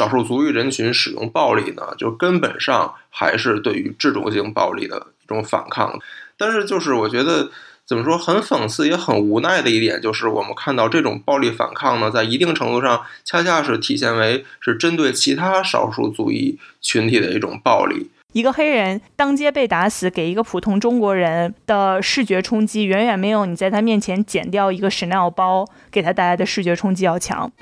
少数族裔人群使用暴力呢，就根本上还是对于制度性暴力的一种反抗。但是就是我觉得怎么说，很讽刺也很无奈的一点，就是我们看到这种暴力反抗呢，在一定程度上恰恰是体现为是针对其他少数族裔群体的一种暴力。 一个黑人当街被打死，给一个普通中国人的视觉冲击远远没有你在他面前剪掉一个 Chanel 包给他带来的视觉冲击要强。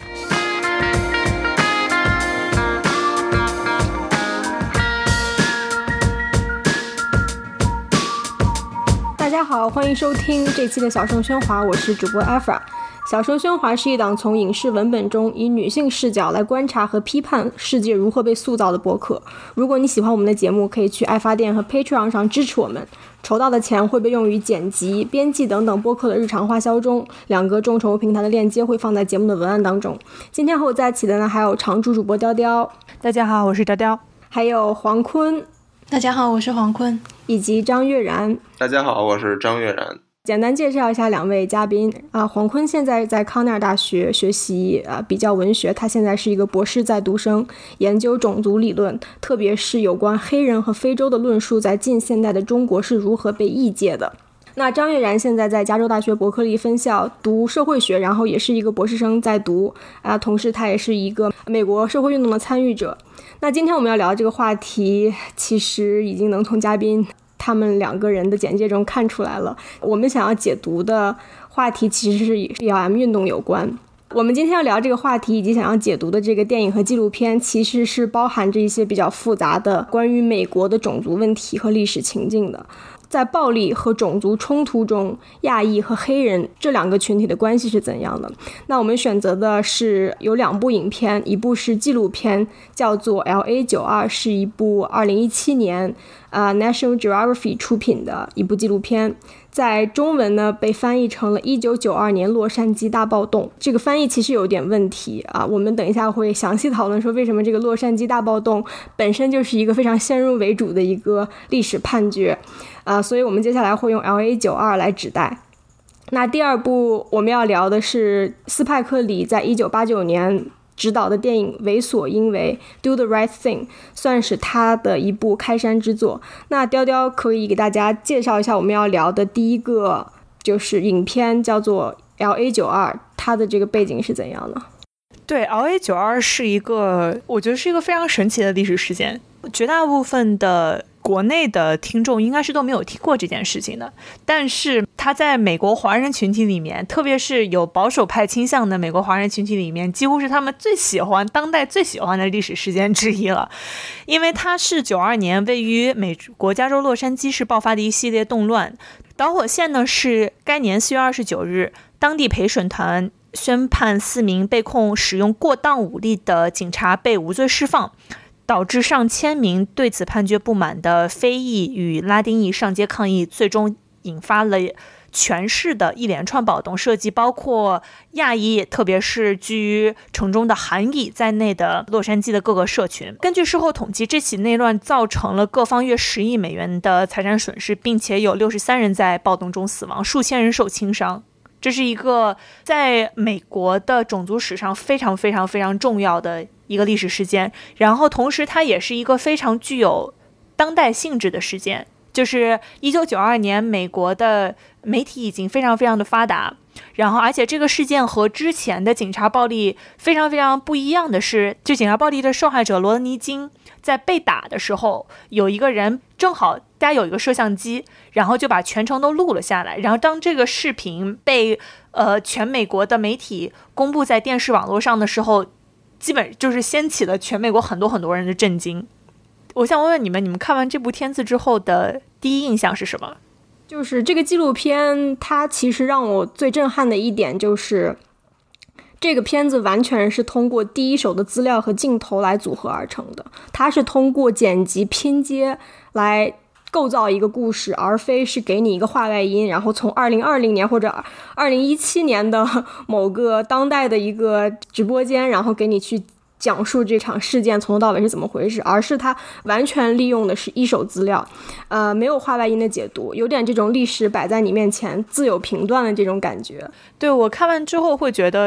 大家好，欢迎收听这期的小声喧哗，我是主播 Afra。小声喧哗是一档从影视文本中以女性视角来观察和批判世界如何被塑造的播客。如果你喜欢我们的节目，可以去爱发电和 Patreon 上支持我们，筹到的钱会被用于剪辑、编辑等等播客的日常花销中，两个众筹平台的链接会放在节目的文案当中。今天和我在一起的呢，还有常驻主播雕雕。 大家好，我是雕雕。 还有黄坤。 大家好，我是黄坤。 以及张悦然。 大家好，我是张悦然。 简单介绍一下两位嘉宾黄坤现在在康奈尔大学学习比较文学，他现在是一个博士在读生，研究种族理论，特别是有关黑人和非洲的论述在近现代的中国是如何被译介的。那张悦然现在在加州大学伯克利分校读社会学，然后也是一个博士生在读同时他也是一个美国社会运动的参与者。那今天我们要聊这个话题，其实已经能从嘉宾他们两个人的简介中看出来了，我们想要解读的话题其实是与 BLM 运动有关。我们今天要聊这个话题以及想要解读的这个电影和纪录片，其实是包含着一些比较复杂的关于美国的种族问题和历史情境的。在暴力和种族冲突中，亚裔和黑人这两个群体的关系是怎样的？那我们选择的是有两部影片，一部是纪录片，叫做 LA92， 是一部2017年National Geographic 出品的一部纪录片，在中文呢被翻译成了1992年洛杉矶大暴动。这个翻译其实有点问题我们等一下会详细讨论说为什么这个洛杉矶大暴动本身就是一个非常先入为主的一个历史判决所以我们接下来会用 LA92 来指代。那第二部我们要聊的是斯派克里在1989年执导的电影《为所应为》 Do the Right Thing， 算是他的一部开山之作。那雕雕可以给大家介绍一下我们要聊的第一个就是影片，叫做 LA92， 它的这个背景是怎样的？ 对， LA92 是一个我觉得是一个非常神奇的历史事件，绝大部分的国内的听众应该是都没有听过这件事情的，但是它在美国华人群体里面，特别是有保守派倾向的美国华人群体里面，几乎是他们最喜欢当代最喜欢的历史事件之一了。因为它是92年位于美国加州洛杉矶市爆发的一系列动乱，导火线呢是该年4月29日当地陪审团宣判4名被控使用过当武力的警察被无罪释放，导致上千名对此判决不满的非裔与拉丁裔上街抗议，最终引发了全市的一连串暴动，涉及包括亚裔，特别是居于城中的韩裔在内的洛杉矶的各个社群。根据事后统计，这起内乱造成了各方约10亿美元的财产损失，并且有63人在暴动中死亡，数千人受轻伤。这是一个在美国的种族史上非常非常非常重要的一个历史事件，然后同时它也是一个非常具有当代性质的事件。就是1992年美国的媒体已经非常非常的发达，然后而且这个事件和之前的警察暴力非常非常不一样的是，就警察暴力的受害者罗德尼金在被打的时候，有一个人正好大家有一个摄像机，然后就把全程都录了下来，然后当这个视频被全美国的媒体公布在电视网络上的时候，基本就是掀起了全美国很多很多人的震惊。我想问问你们看完这部片子之后的第一印象是什么？ 就是这个纪录片它其实让我最震撼的一点就是这个片子完全是通过第一手的资料和镜头来组合而成的，它是通过剪辑拼接来构造一个故事，而非是给你一个话外音，然后从2020年或者2017年的某个当代的一个直播间，然后给你去讲述这场事件从头到尾是怎么回事，而是它完全利用的是一手资料，没有话外音的解读，有点这种历史摆在你面前自有评断的这种感觉。 对，我看完之后会觉得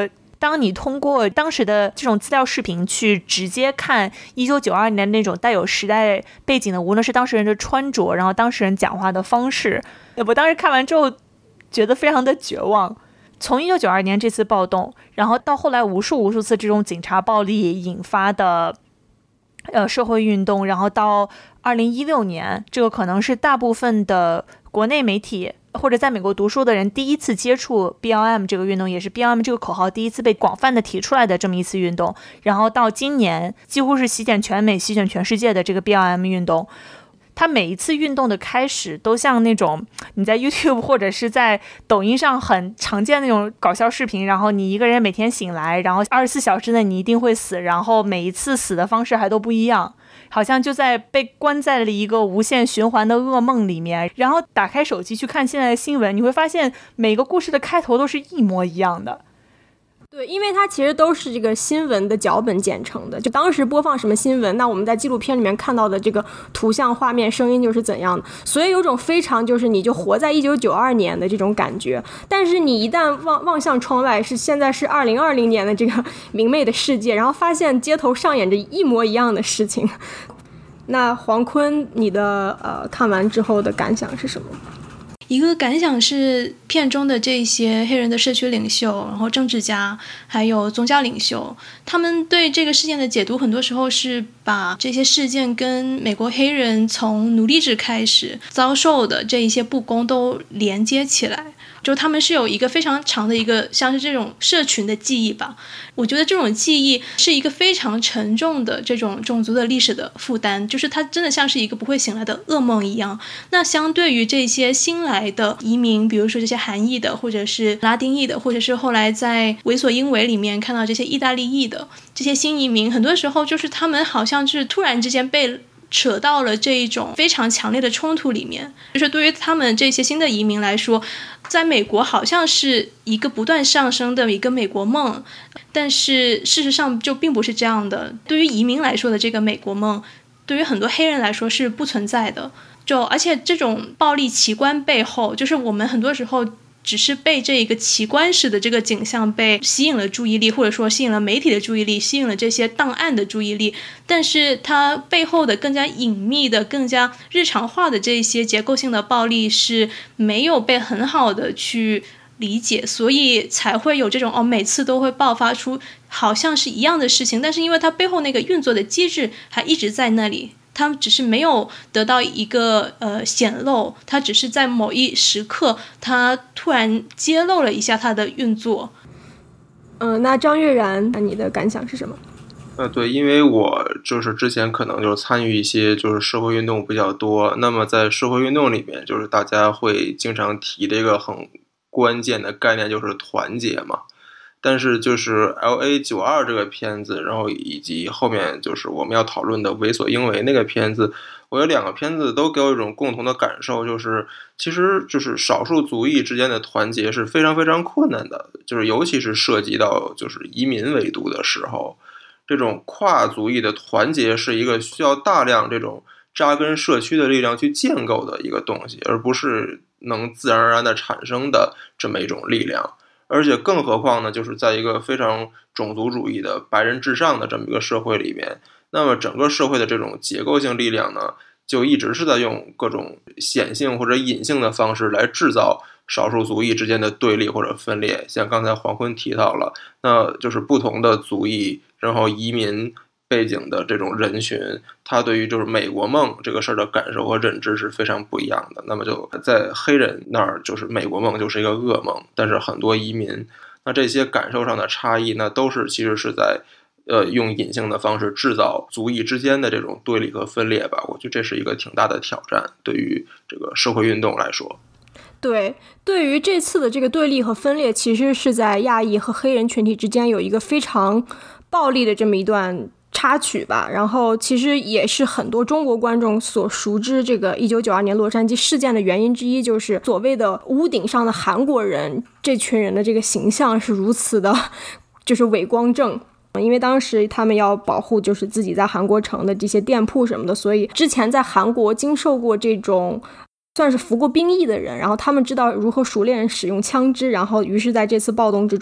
当你通过当时的这种资料视频去直接看1992年那种带有时代背景的，无论是当事人的穿着，然后当事人讲话的方式，我当时看完之后觉得非常的绝望。从1992年这次暴动，然后到后来无数次这种警察暴力引发的社会运动，然后到2016年，这个可能是大部分的国内媒体或者在美国读书的人第一次接触 BLM 这个运动，也是 BLM 这个口号第一次被广泛的提出来的这么一次运动。然后到今年几乎是席卷全美席卷全世界的这个 BLM 运动，它每一次运动的开始都像那种你在 YouTube 或者是在抖音上很常见的那种搞笑视频，然后你一个人每天醒来，然后24小时内你一定会死，然后每一次死的方式还都不一样，好像就在被关在了一个无限循环的噩梦里面。然后打开手机去看现在的新闻，你会发现每个故事的开头都是一模一样的。 对，因为它其实都是这个新闻的脚本剪成的，就当时播放什么新闻，那我们在纪录片里面看到的这个图像画面声音就是怎样的，所以有种非常就是你就活在1992年的这种感觉。但是你一旦望向窗外，现在是2020年的这个明媚的世界，然后发现街头上演着一模一样的事情。那黄坤，你的看完之后的感想是什么？ 一个感想是，片中的这些黑人的社区领袖，然后政治家，还有宗教领袖，他们对这个事件的解读，很多时候是把这些事件跟美国黑人从奴隶制开始遭受的这一些不公都连接起来。就他们是有一个非常长的一个像是这种社群的记忆吧，我觉得这种记忆是一个非常沉重的这种种族的历史的负担，就是它真的像是一个不会醒来的噩梦一样。那相对于这些新来的移民，比如说这些韩裔的，或者是拉丁裔的，或者是后来在为所应为里面看到这些意大利裔的这些新移民，很多时候就是他们好像是突然之间被扯到了这一种非常强烈的冲突里面。就是对于他们这些新的移民来说，在美国好像是一个不断上升的一个美国梦，但是事实上就并不是这样的。对于移民来说的这个美国梦，对于很多黑人来说是不存在的。而且这种暴力奇观背后，就是我们很多时候只是被这一个奇观式的这个景象被吸引了注意力，或者说吸引了媒体的注意力，吸引了这些档案的注意力，但是它背后的更加隐秘的更加日常化的这些结构性的暴力是没有被很好的去理解，所以才会有这种每次都会爆发出好像是一样的事情，但是因为它背后那个运作的机制还一直在那里，他们只是没有得到一个显露，他只是在某一时刻他突然揭露了一下他的运作。 那张悦然，你的感想是什么？ 对，因为我就是之前可能就是参与一些就是社会运动比较多，那么在社会运动里面，就是大家会经常提这个很关键的概念，就是团结嘛。但是就是 LA92 这个片子，然后以及后面就是我们要讨论的为所应为那个片子，我有两个片子都给我一种共同的感受，就是其实就是少数族裔之间的团结是非常非常困难的，就是尤其是涉及到就是移民维度的时候，这种跨族裔的团结是一个需要大量这种扎根社区的力量去建构的一个东西，而不是能自然而然的产生的这么一种力量。而且更何况呢，就是在一个非常种族主义的白人至上的这么一个社会里面，那么整个社会的这种结构性力量呢，就一直是在用各种显性或者隐性的方式来制造少数族裔之间的对立或者分裂。像刚才黄坤提到了，那就是不同的族裔然后移民背景的这种人群，他对于就是美国梦这个事儿的感受和认知是非常不一样的。那么就在黑人那儿，就是美国梦就是一个噩梦，但是很多移民，那这些感受上的差异呢，都是其实是在用隐性的方式制造族裔之间的这种对立和分裂吧。我觉得这是一个挺大的挑战，对于这个社会运动来说。 对，对于这次的这个对立和分裂，其实是在亚裔和黑人群体之间有一个非常暴力的这么一段插曲吧。然后其实也是很多中国观众所熟知这个1992年洛杉矶事件的原因之一，就是所谓的屋顶上的韩国人这群人的这个形象是如此的就是伪光正。因为当时他们要保护就是自己在韩国城的这些店铺什么的，所以之前在韩国经受过这种算是服过兵役的人，然后他们知道如何熟练使用枪支，然后于是在这次暴动之中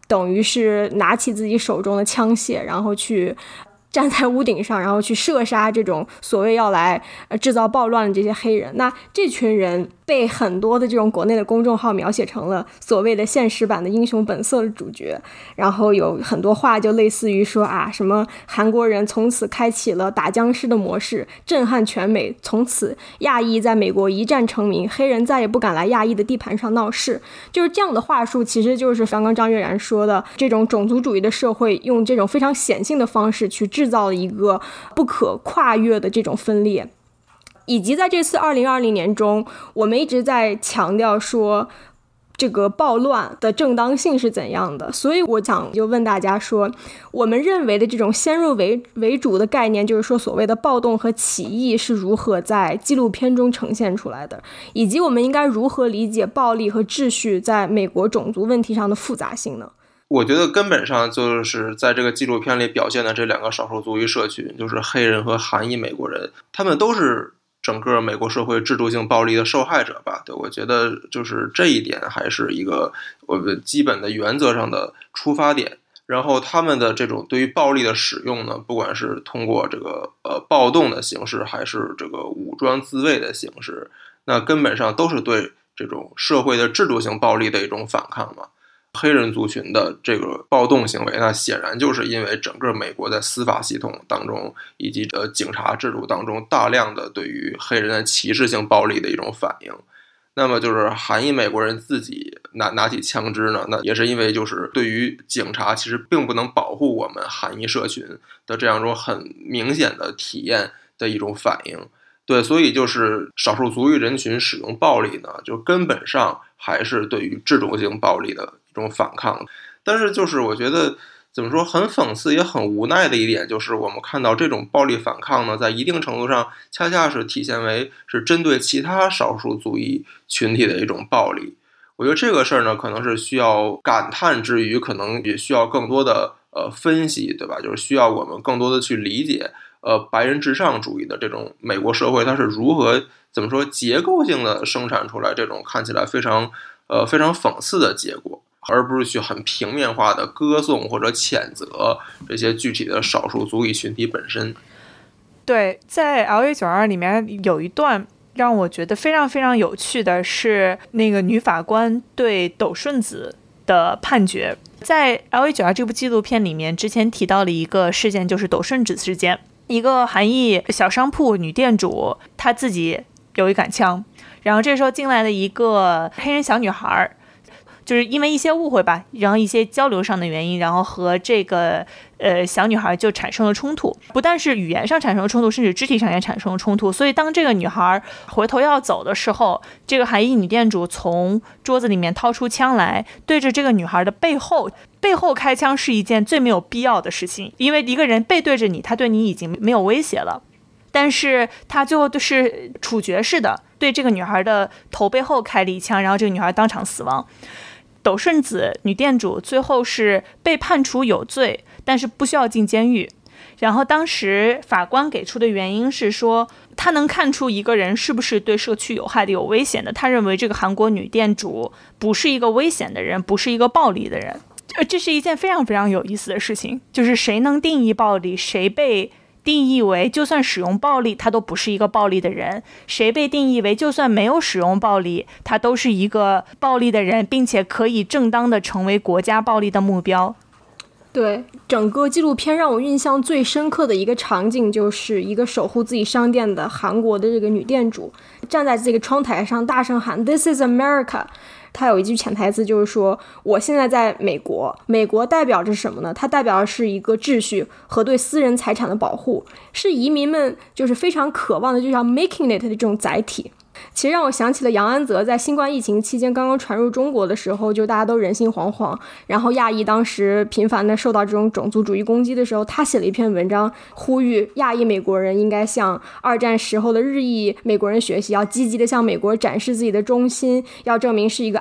等于是拿起自己手中的枪械，然后去站在屋顶上，然后去射杀这种所谓要来制造暴乱的这些黑人。那这群人被很多的这种国内的公众号描写成了所谓的现实版的英雄本色的主角，然后有很多话就类似于说啊，什么韩国人从此开启了打僵尸的模式，震撼全美，从此亚裔在美国一战成名，黑人再也不敢来亚裔的地盘上闹事。就是这样的话术，其实就是刚刚张悦然说的，这种种族主义的社会用这种非常显性的方式去制造了一个不可跨越的这种分裂。以及在这次2020年中，我们一直在强调说这个暴乱的正当性是怎样的，所以我想就问大家说，我们认为的这种先入为主的概念，就是说所谓的暴动和起义是如何在纪录片中呈现出来的，以及我们应该如何理解暴力和秩序在美国种族问题上的复杂性呢？ 我觉得根本上就是在这个纪录片里表现的这两个少数族裔社群，就是黑人和韩裔美国人，他们都是整个美国社会制度性暴力的受害者吧。对，我觉得就是这一点还是一个我们基本的原则上的出发点。然后他们的这种对于暴力的使用呢，不管是通过这个暴动的形式，还是这个武装自卫的形式，那根本上都是对这种社会的制度性暴力的一种反抗嘛。黑人族群的这个暴动行为，那显然就是因为整个美国在司法系统当中以及警察制度当中大量的对于黑人的歧视性暴力的一种反应。那么就是韩裔美国人自己拿起枪支呢，那也是因为就是对于警察其实并不能保护我们韩裔社群的这样一种很明显的体验的一种反应。对，所以就是少数族裔人群使用暴力呢，就根本上还是对于制度性暴力的一种反抗。但是就是我觉得怎么说，很讽刺也很无奈的一点，就是我们看到这种暴力反抗呢，在一定程度上恰恰是体现为是针对其他少数族裔群体的一种暴力。我觉得这个事儿呢，可能是需要感叹之余，可能也需要更多的分析，对吧？就是需要我们更多的去理解白人至上主义的这种美国社会，它是如何怎么说结构性的生产出来这种看起来非常讽刺的结果，而不是去很平面化的歌颂或者谴责这些具体的少数族裔群体本身。 对，在 LA92 里面有一段让我觉得非常非常有趣的是那个女法官对斗顺子的判决。在 LA92 这部纪录片里面之前提到了一个事件，就是斗顺子事件。一个韩裔小商铺女店主，她自己有一杆枪，然后这时候进来了一个黑人小女孩，就是因为一些误会吧，然后一些交流上的原因，然后和这个小女孩就产生了冲突，不但是语言上产生了冲突，甚至肢体上也产生了冲突。所以当这个女孩回头要走的时候，这个韩裔女店主从桌子里面掏出枪来，对着这个女孩的背后开枪，是一件最没有必要的事情，因为一个人背对着你，他对你已经没有威胁了。但是他最后就是处决式的对这个女孩的头背后开了一枪，然后这个女孩当场死亡。斗顺子女店主最后是被判处有罪，但是不需要进监狱。然后当时法官给出的原因是说，他能看出一个人是不是对社区有害的、有危险的。他认为这个韩国女店主不是一个危险的人，不是一个暴力的人。这是一件非常非常有意思的事情，就是谁能定义暴力，谁被定义为就算使用暴力他都不是一个暴力的人，谁被定义为就算没有使用暴力他都是一个暴力的人，并且可以正当的成为国家暴力的目标。 对，整个纪录片让我印象最深刻的一个场景，就是一个守护自己商店的韩国的这个女店主站在这个窗台上大声喊 This is America。他有一句潜台词，就是说我现在在美国，美国代表着什么呢？它代表的是一个秩序和对私人财产的保护，是移民们就是非常渴望的，就像 making it 的这种载体。其实让我想起了杨安泽在新冠疫情期间刚刚传入中国的时候，就大家都人心惶惶，然后亚裔当时频繁的受到这种种族主义攻击的时候，他写了一篇文章，呼吁亚裔美国人应该向二战时候的日裔美国人学习，要积极的向美国展示自己的忠心，要证明是一个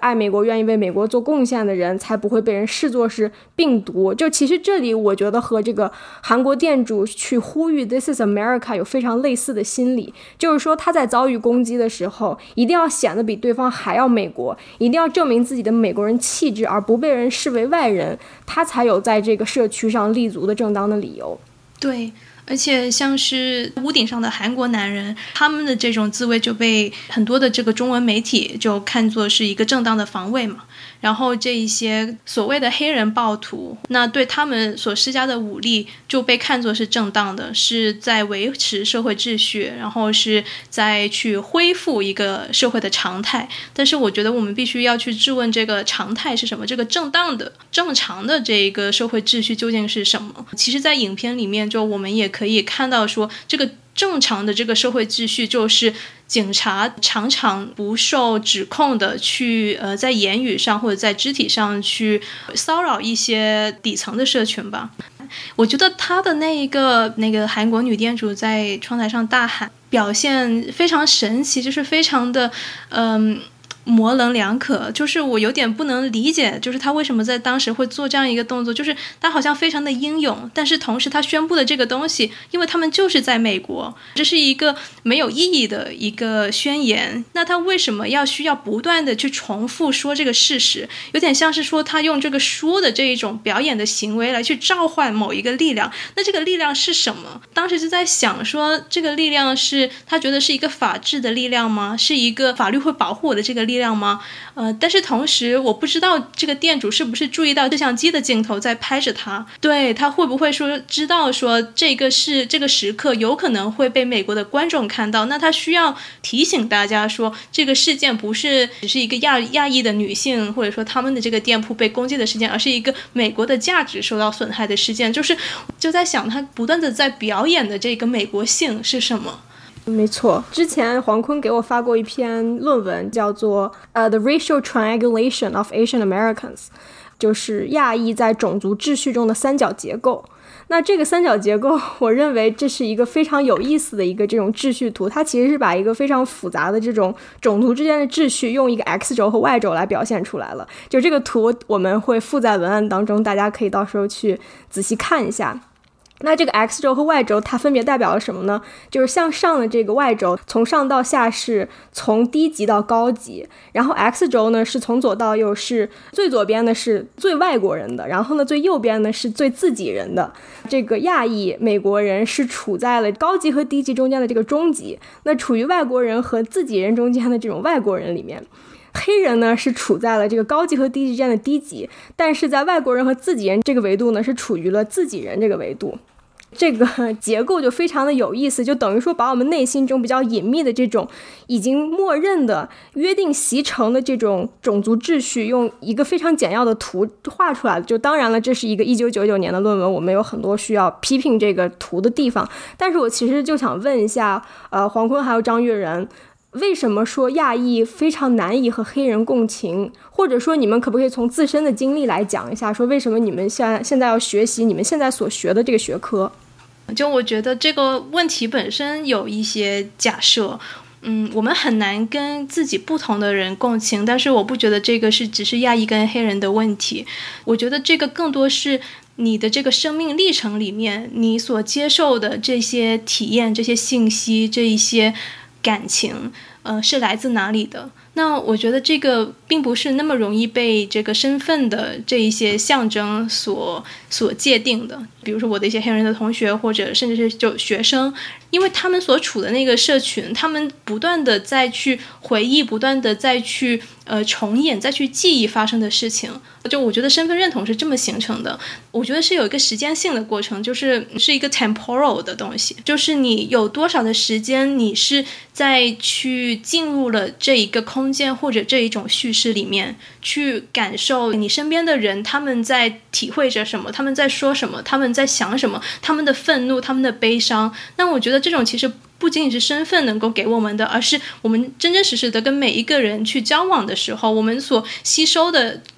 爱美国、愿意为美国做贡献的人才不会被人视作是病毒。就其实这里我觉得和这个韩国店主去呼吁 This is America 有非常类似的心理，就是说他在遭遇攻击的时候一定要显得比对方还要美国，一定要证明自己的美国人气质，而不被人视为外人，他才有在这个社区上立足的正当的理由。 对，而且像是屋顶上的韩国男人，他们的这种自卫就被很多的这个中文媒体就看作是一个正当的防卫嘛。然后这一些所谓的黑人暴徒，那对他们所施加的武力就被看作是正当的，是在维持社会秩序，然后是在去恢复一个社会的常态。但是我觉得我们必须要去质问这个常态是什么，这个正当的正常的这个社会秩序究竟是什么。其实在影片里面就我们也可以看到说，这个正常的这个社会秩序就是警察常常不受指控的去在言语上或者在肢体上去骚扰一些底层的社群吧。我觉得他的那个韩国女店主在窗台上大喊表现非常神奇，就是非常的模棱两可，就是我有点不能理解，就是他为什么在当时会做这样一个动作，就是他好像非常的英勇，但是同时他宣布的这个东西，因为他们就是在美国，这是一个没有意义的一个宣言，那他为什么需要不断的去重复说这个事实，有点像是说他用这个说的这一种表演的行为来去召唤某一个力量，那这个力量是什么？当时就在想说，这个力量是他觉得是一个法治的力量吗？是一个法律会保护我的这个力量吗？但是同时我不知道这个店主是不是注意到摄像机的镜头在拍着他，对，他会不会说知道说这个时刻有可能会被美国的观众看到，那他需要提醒大家说这个事件不是只是一个亚裔的女性或者说他们的这个店铺被攻击的事件，而是一个美国的价值受到损害的事件，就在想他不断的在表演的这个美国性是什么。 没错，之前黄坤给我发过一篇论文，叫做The Racial Triangulation of Asian Americans， 就是亚裔在种族秩序中的三角结构。那这个三角结构，我认为这是一个非常有意思的一个这种秩序图，它其实是把一个非常复杂的这种种族之间的秩序用一个 X 轴和 Y 轴来表现出来了。就这个图我们会附在文案当中，大家可以到时候去仔细看一下。那这个 X 轴和 Y 轴它分别代表了什么呢？就是向上的这个 Y 轴从上到下是从低级到高级，然后 X 轴呢是从左到右，是最左边的是最外国人的，然后呢最右边呢是最自己人的。这个亚裔美国人是处在了高级和低级中间的这个中级，那处于外国人和自己人中间的这种外国人里面。黑人呢是处在了这个高级和低级之间的低级，但是在外国人和自己人这个维度呢是处于了自己人这个维度。这个结构就非常的有意思，就等于说把我们内心中比较隐秘的这种已经默认的约定习成的这种种族秩序用一个非常简要的图画出来了。就当然了，这是一个1999年的论文，我们有很多需要批评这个图的地方，但是我其实就想问一下黄坤还有张悦然，为什么说亚裔非常难以和黑人共情，或者说你们可不可以从自身的经历来讲一下，说为什么你们现在要学习你们现在所学的这个学科？ 就我觉得这个问题本身有一些假设，我们很难跟自己不同的人共情，但是我不觉得这个只是亚裔跟黑人的问题，我觉得这个更多是你的这个生命历程里面你所接受的这些体验、这些信息、这一些感情是来自哪里的。那我觉得这个并不是那么容易被这个身份的这一些象征所界定的，比如说我的一些黑人的同学，或者甚至是就学生，因为他们所处的那个社群，他们不断的再去回忆，不断的再去重演，再去记忆发生的事情。就我觉得身份认同是这么形成的，我觉得是有一个时间性的过程，是一个 temporal 的东西，就是你有多少的时间你是在去进入了这一个空间或者这一种叙事里面，去感受你身边的人他们在体会着什么，他们在说什么，他们在想什么，他们的愤怒，他们的悲伤。那我觉得这种其实不仅仅是身份能够给我们的，而是我们真真实实的跟每一个人去交往的时候，我们所吸收的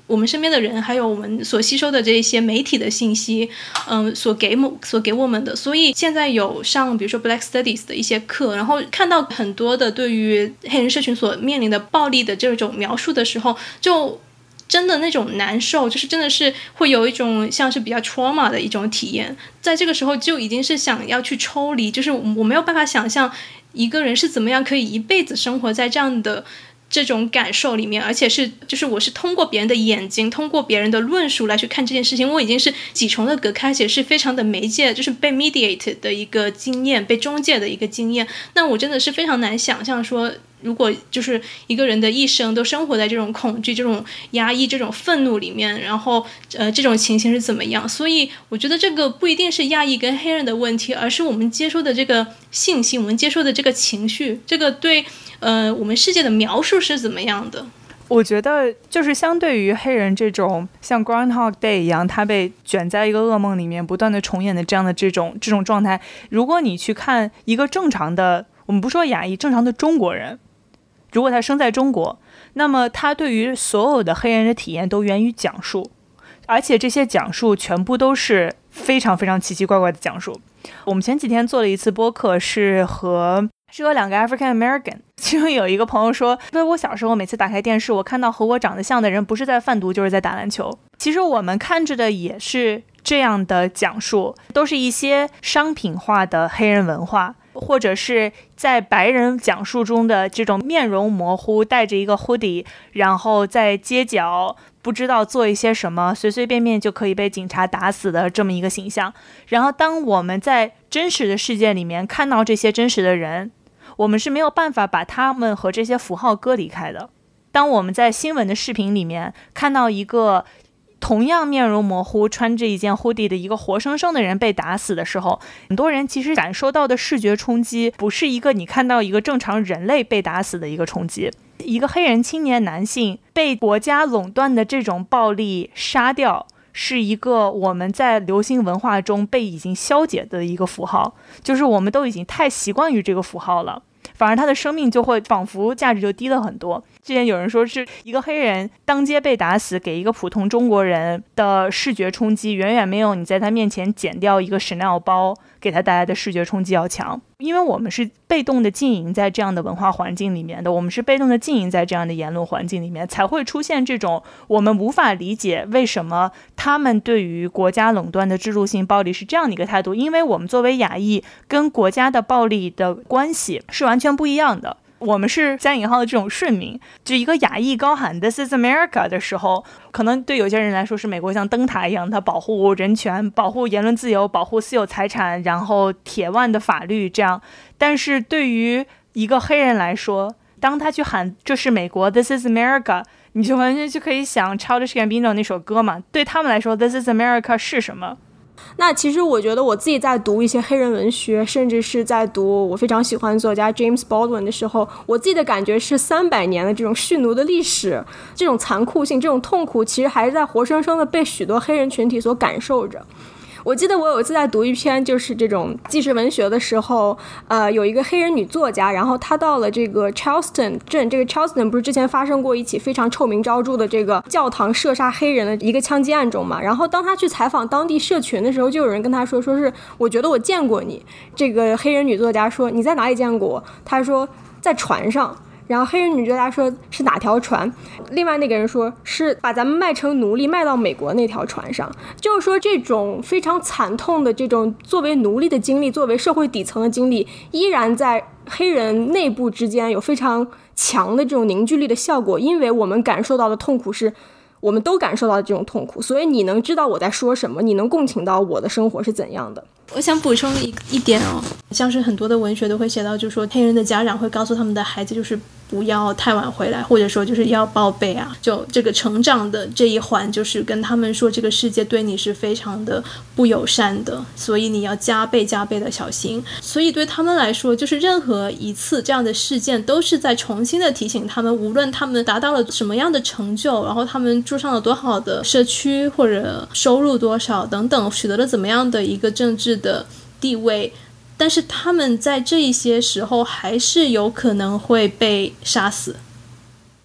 我们身边的人，还有我们所吸收的这些媒体的信息，所给我们的。所以现在有上比如说 Black Studies 的一些课，然后看到很多的对于黑人社群所面临的暴力的这种描述的时候，就真的那种难受，就是真的是会有一种像是比较 trauma 的一种体验。在这个时候就已经是想要去抽离，就是我没有办法想象一个人是怎么样可以一辈子生活在这样的这种感受里面，而且是就是我是通过别人的眼睛，通过别人的论述来去看这件事情，我已经是几重的隔开，且是非常的媒介，就是被 mediate 的一个经验，被中介的一个经验。那我真的是非常难想象说，如果就是一个人的一生都生活在这种恐惧、这种压抑、这种愤怒里面，然后这种情形是怎么样？所以我觉得这个不一定是亚裔跟黑人的问题，而是我们接收的这个信息，我们接受的这个情绪，这个对我们世界的描述是怎么样的。 我觉得就是相对于黑人这种像 Groundhog Day 一样，他被卷在一个噩梦里面不断的重演的这样的这种状态，如果你去看一个正常的，我们不说亚裔，正常的中国人，如果他生在中国，那么他对于所有的黑人的体验都源于讲述，而且这些讲述全部都是非常非常奇奇怪怪的讲述。我们前几天做了一次播客，是和两个 African American， 其中有一个朋友说，我小时候每次打开电视，我看到和我长得像的人不是在贩毒就是在打篮球。其实我们看着的也是这样的讲述，都是一些商品化的黑人文化，或者是在白人讲述中的这种面容模糊，带着一个 hoodie， 然后在街角不知道做一些什么，随随便便就可以被警察打死的这么一个形象。然后当我们在真实的世界里面看到这些真实的人，我们是没有办法把他们和这些符号割离开的。当我们在新闻的视频里面看到一个同样面容模糊穿着一件 hoodie 的一个活生生的人被打死的时候，很多人其实感受到的视觉冲击不是一个你看到一个正常人类被打死的一个冲击，一个黑人青年男性被国家垄断的这种暴力杀掉，是一个我们在流行文化中被已经消解的一个符号，就是我们都已经太习惯于这个符号了，反而他的生命就会仿佛价值就低了很多。之前有人说是一个黑人当街被打死，给一个普通中国人的视觉冲击远远没有你在他面前剪掉一个 Chanel 包给他带来的视觉冲击要强。因为我们是被动的经营在这样的文化环境里面的，我们是被动的经营在这样的言论环境里面，才会出现这种我们无法理解为什么他们对于国家垄断的制度性暴力是这样的一个态度。因为我们作为亚裔跟国家的暴力的关系是完全不一样的，我们是加引号的这种顺民，就一个亚裔高喊 This is America 的时候，可能对有些人来说是美国像灯塔一样，它保护人权，保护言论自由，保护私有财产，然后铁腕的法律这样。但是对于一个黑人来说，当他去喊这是美国 This is America， 你就完全就可以想 Childish Gambino 那首歌嘛，对他们来说 This is America 是什么？ 那其实我觉得我自己在读一些黑人文学，甚至是在读我非常喜欢的作家 James Baldwin 的时候，我自己的感觉是300年的这种蓄奴的历史，这种残酷性，这种痛苦其实还是在活生生的被许多黑人群体所感受着。我记得我有一次在读一篇就是这种纪实文学的时候，有一个黑人女作家，然后她到了这个 Charleston 镇，这个 Charleston 不是之前发生过一起非常臭名昭著的这个教堂射杀黑人的一个枪击案中嘛，然后当她去采访当地社群的时候，就有人跟她说是我觉得我见过你。这个黑人女作家说你在哪里见过我？她说在船上。然后黑人女作家说是哪条船？另外那个人说是把咱们卖成奴隶卖到美国那条船上。就是说这种非常惨痛的这种作为奴隶的经历，作为社会底层的经历，依然在黑人内部之间有非常强的这种凝聚力的效果。因为我们感受到的痛苦是我们都感受到的这种痛苦，所以你能知道我在说什么，你能共情到我的生活是怎样的。 我想补充一点哦，像是很多的文学都会写到，就是说黑人的家长会告诉他们的孩子，就是不要太晚回来，或者说就是要报备啊，就这个成长的这一环，就是跟他们说这个世界对你是非常的不友善的，所以你要加倍的小心。所以对他们来说，就是任何一次这样的事件都是在重新的提醒他们，无论他们达到了什么样的成就，然后他们住上了多好的社区，或者收入多少等等，取得了怎么样的一个政治的地位，但是他们在这一些时候还是有可能会被杀死。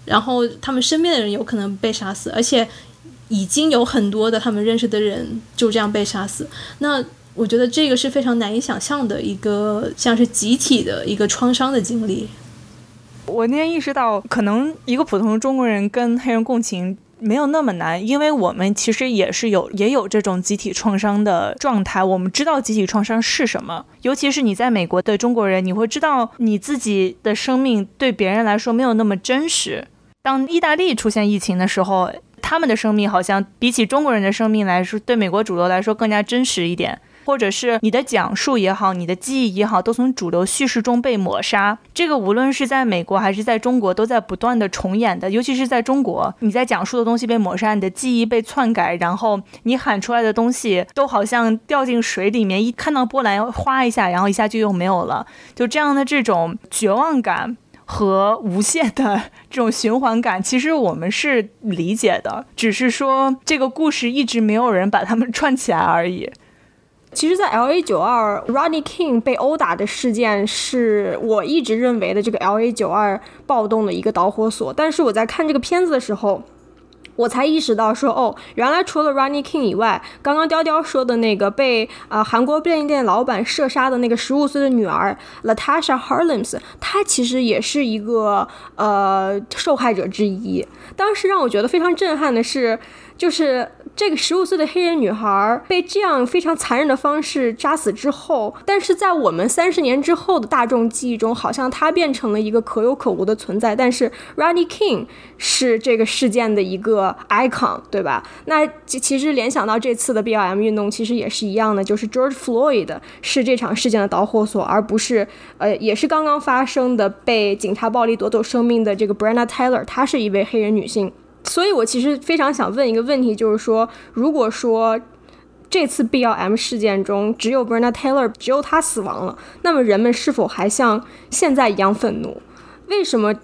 然后他们身边的人有可能被杀死，而且已经有很多的他们认识的人就这样被杀死。那我觉得这个是非常难以想象的一个像是集体的一个创伤的经历。 我那天意识到，可能一个普通的中国人跟黑人共情没有那么难，因为我们其实也有这种集体创伤的状态，我们知道集体创伤是什么。尤其是你在美国的中国人，你会知道你自己的生命对别人来说没有那么真实。当意大利出现疫情的时候，他们的生命好像比起中国人的生命来说，对美国主流来说更加真实一点。或者是你的讲述也好，你的记忆也好，都从主流叙事中被抹杀。这个无论是在美国还是在中国都在不断的重演的，尤其是在中国，你在讲述的东西被抹杀，你的记忆被篡改，然后你喊出来的东西都好像掉进水里面，一看到波澜哗一下，然后一下就又没有了。就这样的这种绝望感和无限的这种循环感，其实我们是理解的，只是说这个故事一直没有人把它们串起来而已。 其实在 LA92 Rodney King 被殴打的事件是我一直认为的这个 LA92 暴动的一个导火索，但是我在看这个片子的时候，我才意识到说，原来除了 Rodney King 以外，刚刚雕雕说的那个被韩国便利店老板射杀的那个15岁的女儿 Latasha Harlins， 她其实也是一个受害者之一。当时让我觉得非常震撼的是，就是这个15岁的黑人女孩被这样非常残忍的方式杀死之后，但是在我们30年之后的大众记忆中，好像她变成了一个可有可无的存在，但是 Rodney King 是这个事件的一个 icon， 对吧？那其实联想到这次的 BLM 运动其实也是一样的，就是 George Floyd 是这场事件的导火索，而不是也是刚刚发生的被警察暴力夺走生命的这个 Breonna Taylor， 她是一位黑人女性。所以我其实非常想问一个问题，就是说，如果说这次 BLM 事件中只有 Breonna Taylor 只有她死亡了，那么人们是否还像现在一样愤怒？为什么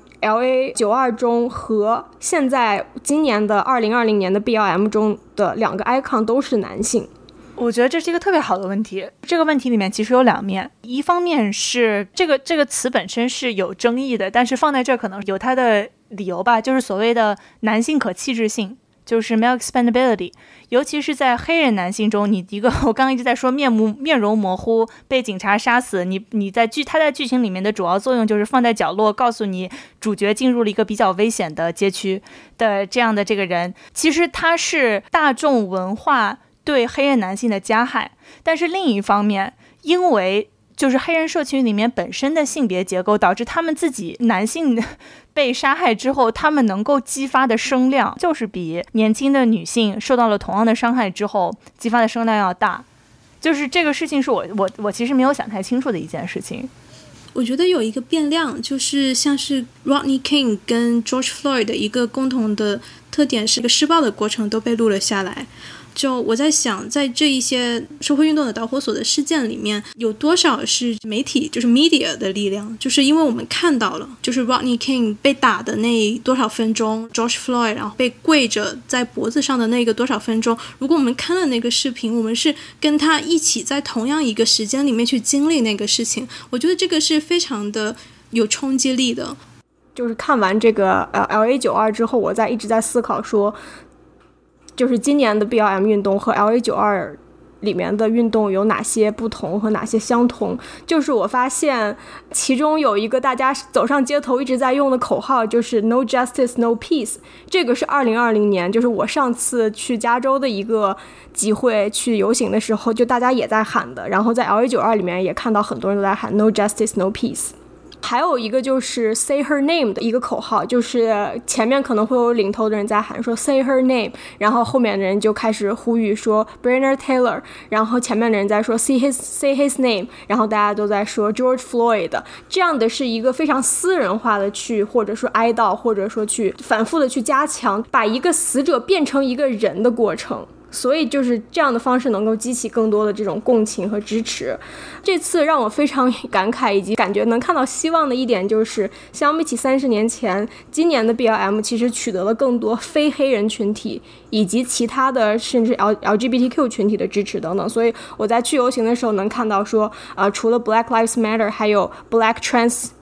LA92 中和现在今年的2020年的 BLM 中的两个 icon 都是男性？ 我觉得这是一个特别好的问题。这个问题里面其实有两面，一方面是这个词本身是有争议的，但是放在这可能有它的理由吧，就是所谓的男性可弃置性，就是 male expandability， 尤其是在黑人男性中，你一个我刚刚一直在说面容模糊被警察杀死，他在剧情里面的主要作用就是放在角落，告诉你主角进入了一个比较危险的街区的这样的这个人，其实他是大众文化对黑人男性的加害。但是另一方面，因为就是黑人社群里面本身的性别结构，导致他们自己男性被杀害之后，他们能够激发的声量就是比年轻的女性受到了同样的伤害之后激发的声量要大。就是这个事情是我其实没有想太清楚的一件事情。 我觉得有一个变量，就是像是 Rodney King 跟 George Floyd 的一个共同的特点是，一个施暴的过程都被录了下来。就我在想，在这一些社会运动的导火索的事件里面，有多少是媒体，就是 media 的力量？就是因为我们看到了，就是 Rodney King 被打的那多少分钟， George Floyd 然后被跪着在脖子上的那个多少分钟，如果我们看了那个视频，我们是跟他一起在同样一个时间里面去经历那个事情，我觉得这个是非常的有冲击力的。 就是看完这个LA92 之后，我一直在思考说，就是今年的 BLM 运动和 LA92 里面的运动有哪些不同和哪些相同。就是我发现其中有一个大家走上街头一直在用的口号，就是 No Justice No Peace， 这个是2020年就是我上次去加州的一个集会去游行的时候就大家也在喊的，然后在 LA92 里面也看到很多人都在喊 No Justice No Peace。还有一个就是 Say Her Name 的一个口号，就是前面可能会有领头的人在喊说 Say Her Name， 然后后面的人就开始呼吁说 Breonna Taylor， 然后前面的人在说 Say his name， 然后大家都在说 George Floyd。 这样的是一个非常私人化的去或者说哀悼，或者说去反复的去加强把一个死者变成一个人的过程，所以就是这样的方式能够激起更多的这种共情和支持。这次让我非常感慨以及感觉能看到希望的一点就是，相比起30年前，今年的 BLM 其实取得了更多非黑人群体以及其他的甚至 LGBTQ 群体的支持等等。所以我在去游行的时候能看到说除了 Black Lives Matter 还有 Black Trans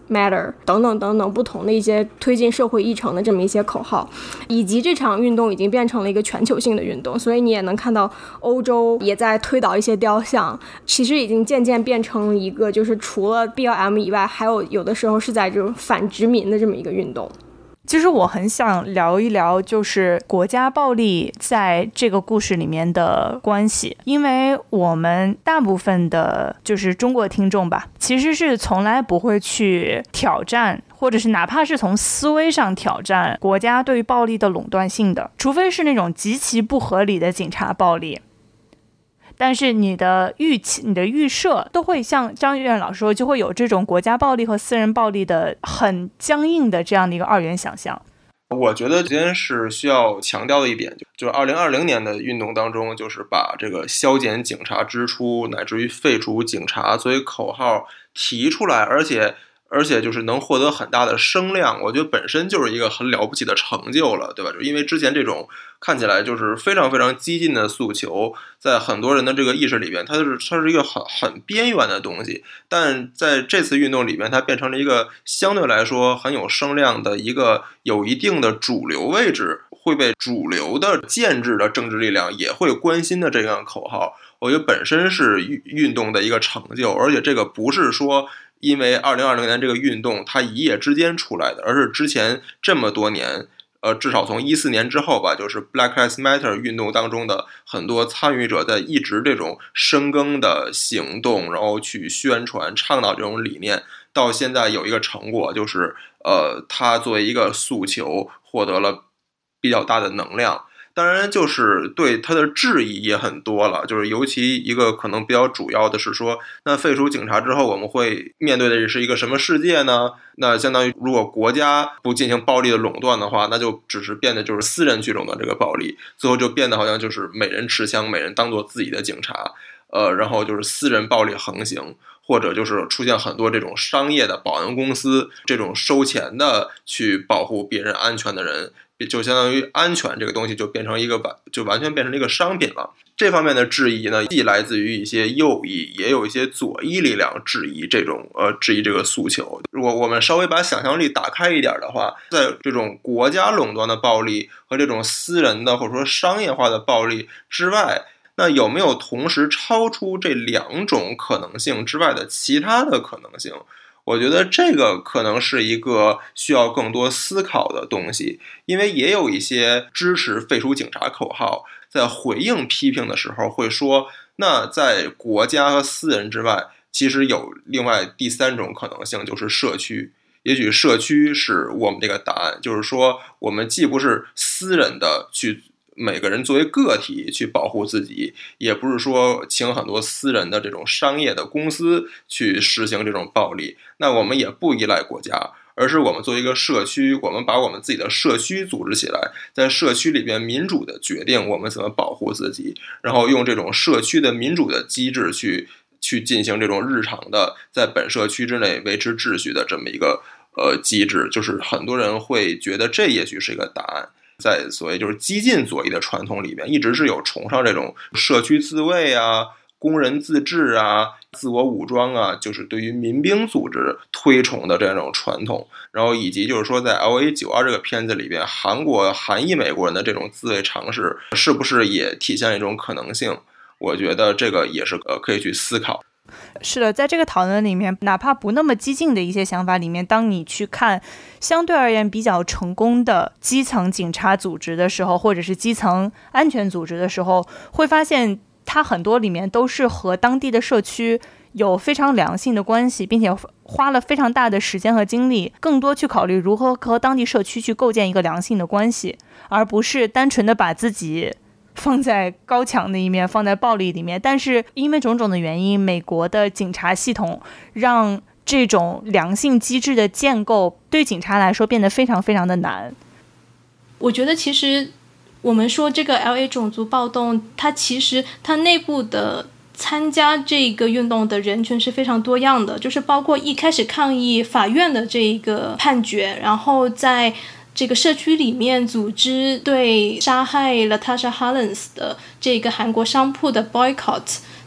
Matter 等等等等不同的一些推进社会议程的这么一些口号，以及这场运动已经变成了一个全球性的运动，所以你也能看到欧洲也在推倒一些雕像，其实已经渐渐变成一个就是除了 BLM 以外，还有的时候是在这种反殖民的这么一个运动。 其实我很想聊一聊就是国家暴力在这个故事里面的关系，因为我们大部分的就是中国听众吧，其实是从来不会去挑战，或者是哪怕是从思维上挑战国家对于暴力的垄断性的，除非是那种极其不合理的警察暴力。但是你的预期、你的预设都会像张玉燕老师说，就会有这种国家暴力和私人暴力的很僵硬的这样的一个二元想象。 我觉得今天是需要强调的一点，就是2020年的运动当中，就是把这个削减警察支出乃至于废除警察作为口号提出来，而且就是能获得很大的声量，我觉得本身就是一个很了不起的成就了，对吧？就因为之前这种看起来就是非常非常激进的诉求，在很多人的这个意识里边，它是一个很边缘的东西，但在这次运动里边，它变成了一个相对来说很有声量的一个有一定的主流位置，会被主流的建制的政治力量也会关心的这样口号，我觉得本身是运动的一个成就，而且这个不是说因为2020年这个运动它一夜之间出来的，而是之前这么多年，至少从14年之后吧，就是 Black Lives Matter 运动当中的很多参与者在一直这种深耕的行动，然后去宣传倡导这种理念，到现在有一个成果，就是它作为一个诉求获得了比较大的能量。当然就是对他的质疑也很多了，就是尤其一个可能比较主要的是说，那废除警察之后我们会面对的是一个什么世界呢？那相当于如果国家不进行暴力的垄断的话，那就只是变得就是私人去垄断这个暴力，最后就变得好像就是每人持枪，每人当做自己的警察，然后就是私人暴力横行，或者就是出现很多这种商业的保安公司，这种收钱的去保护别人安全的人，就相当于安全这个东西就变成一个就完全变成了一个商品了。这方面的质疑呢，既来自于一些右翼，也有一些左翼力量质疑这种质疑这个诉求。如果我们稍微把想象力打开一点的话，在这种国家垄断的暴力和这种私人的或者说商业化的暴力之外，那有没有同时超出这两种可能性之外的其他的可能性？我觉得这个可能是一个需要更多思考的东西，因为也有一些支持废除警察口号，在回应批评的时候会说，那在国家和私人之外，其实有另外第三种可能性，就是社区。也许社区是我们这个答案，就是说我们既不是私人的去每个人作为个体去保护自己，也不是说请很多私人的这种商业的公司去实行这种暴力，那我们也不依赖国家，而是我们作为一个社区，我们把我们自己的社区组织起来，在社区里边民主的决定我们怎么保护自己，然后用这种社区的民主的机制去进行这种日常的在本社区之内维持秩序的这么一个机制，就是很多人会觉得这也许是一个答案。在所谓就是激进左翼的传统里面，一直是有崇尚这种社区自卫啊、工人自治啊、自我武装啊，就是对于民兵组织推崇的这样一种传统。然后以及就是说，在 LA92 这个片子里边，韩裔美国人的这种自卫尝试，是不是也体现了一种可能性？我觉得这个也是可以去思考。 是的，在这个讨论里面，哪怕不那么激进的一些想法里面，当你去看相对而言比较成功的基层警察组织的时候，或者是基层安全组织的时候，会发现它很多里面都是和当地的社区有非常良性的关系，并且花了非常大的时间和精力，更多去考虑如何和当地社区去构建一个良性的关系，而不是单纯的把自己放在高墙的一面，放在暴力里面。但是因为种种的原因，美国的警察系统让这种良性机制的建构对警察来说变得非常非常的难。 我觉得其实我们说这个 LA 种族暴动，它其实它内部的参加这个运动的人群是非常多样的，就是包括一开始抗议法院的这一个判决，然后在这个社区里面组织对杀害 Latasha Hollins 的这个韩国商铺的 boycott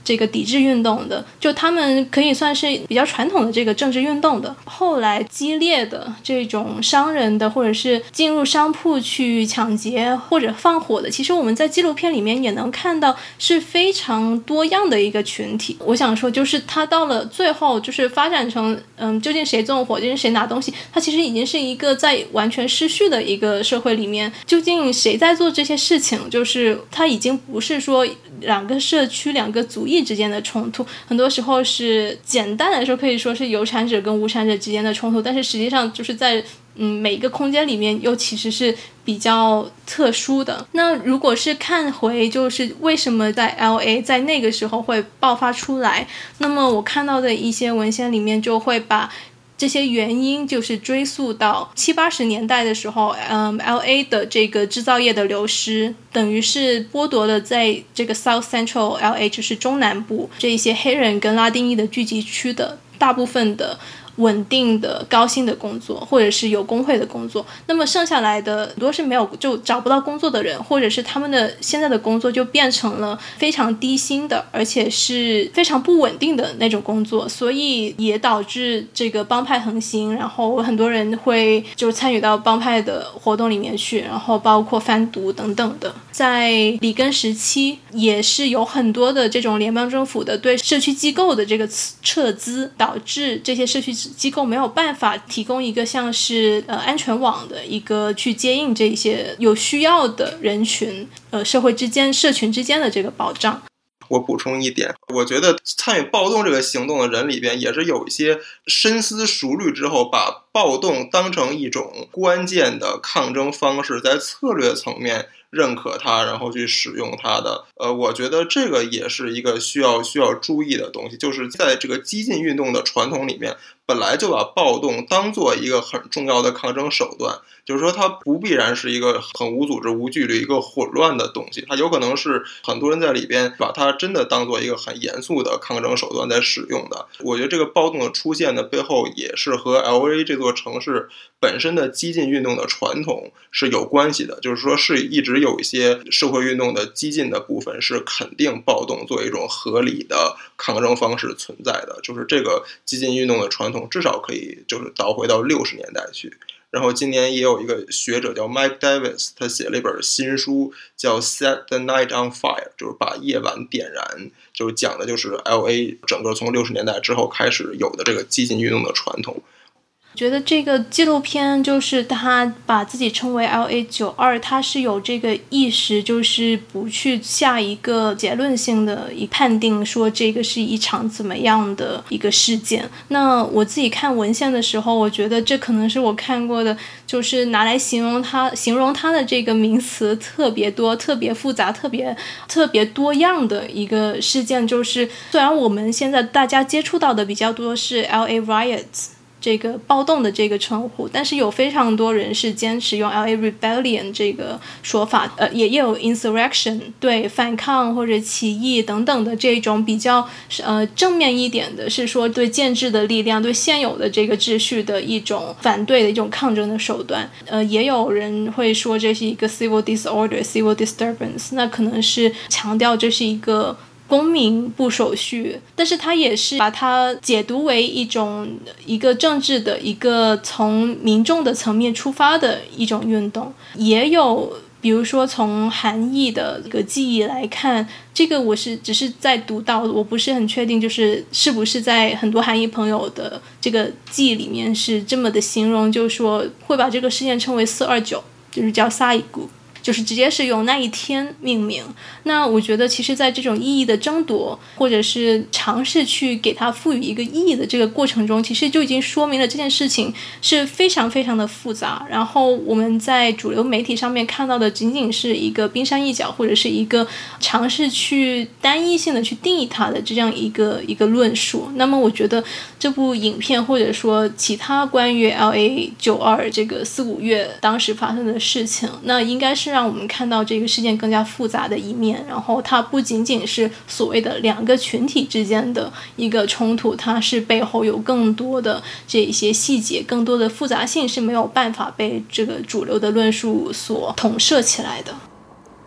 这个抵制运动的，就他们可以算是比较传统的这个政治运动的。后来激烈的这种商人的，或者是进入商铺去抢劫或者放火的，其实我们在纪录片里面也能看到是非常多样的一个群体。我想说就是他到了最后就是发展成究竟谁纵火，究竟谁拿东西，它其实已经是一个在完全失序的一个社会里面，究竟谁在做这些事情，就是它已经不是说两个社区两个族裔之间的冲突，很多时候是简单来说可以说是有产者跟无产者之间的冲突，但是实际上就是在每一个空间里面又其实是比较特殊的。那如果是看回就是为什么在 LA 在那个时候会爆发出来，那么我看到的一些文献里面就会把这些原因就是追溯到70-80年代的时候LA 的这个制造业的流失，等于是剥夺了在这个 South Central LA 就是中南部这一些黑人跟拉丁裔的聚集区的大部分的稳定的高薪的工作，或者是有工会的工作。那么剩下来的很多是没有就找不到工作的人，或者是他们的现在的工作就变成了非常低薪的，而且是非常不稳定的那种工作，所以也导致这个帮派横行，然后很多人会就参与到帮派的活动里面去，然后包括贩毒等等的。在里根时期也是有很多的这种联邦政府的对社区机构的这个撤资，导致这些社区机构没有办法提供一个像是安全网的一个去接应这些有需要的人群社会之间社群之间的这个保障。 我补充一点，我觉得参与暴动这个行动的人里边也是有一些深思熟虑之后把暴动当成一种关键的抗争方式，在策略层面认可它，然后去使用它的。我觉得这个也是一个需要注意的东西，就是在这个激进运动的传统里面，本来就把暴动当做一个很重要的抗争手段，就是说它不必然是一个很无组织无纪律一个混乱的东西，它有可能是很多人在里边把它真的当做一个很严肃的抗争手段在使用的。我觉得这个暴动的出现的背后也是和 LA 这座城市本身的激进运动的传统是有关系的，就是说是一直有一些社会运动的激进的部分是肯定暴动作为一种合理的抗争方式存在的，就是这个激进运动的传统至少可以就是倒回到60年代去。然后今年也有一个学者叫 Mike Davis， 他写了一本新书叫 Set the Night on Fire， 就是把夜晚点燃，就是讲的就是 LA 整个从60年代之后开始有的这个激进运动的传统。 觉得这个纪录片就是他把自己称为 LA92， 他是有这个意识，就是不去下一个结论性的判定说这个是一场怎么样的一个事件。那我自己看文献的时候，我觉得这可能是我看过的就是拿来形容它的这个名词特别多特别复杂特别多样的一个事件。就是虽然我们现在大家接触到的比较多是 LA riots这个暴动的这个称呼，但是有非常多人是坚持用 LA Rebellion 这个说法，也有 insurrection 对反抗或者起义等等的这种比较正面一点的，是说对建制的力量对现有的这个秩序的一种反对的一种抗争的手段。也有人会说这是一个 civil disorder civil disturbance， 那可能是强调这是一个公民不守序，但是他也是把它解读为一个政治的一个从民众的层面出发的一种运动。也有比如说从韩裔的一个记忆来看，这个我是只是在读到，我不是很确定是不是在很多韩裔朋友的这个记忆里面是这么的形容，就是说会把这个事件称为429，就是叫萨伊古，就是直接是用那一天命名。那我觉得其实在这种意义的争夺或者是尝试去给它赋予一个意义的这个过程中，其实就已经说明了这件事情是非常非常的复杂，然后我们在主流媒体上面看到的仅仅是一个冰山一角，或者是一个尝试去单一性的去定义它的这样一个论述。那么我觉得这部影片或者说其他关于 LA92 这个4、5月当时发生的事情，那应该是让我们看到这个事件更加复杂的一面，然后它不仅仅是所谓的两个群体之间的一个冲突，它是背后有更多的这一些细节，更多的复杂性是没有办法被这个主流的论述所统摄起来的。 对，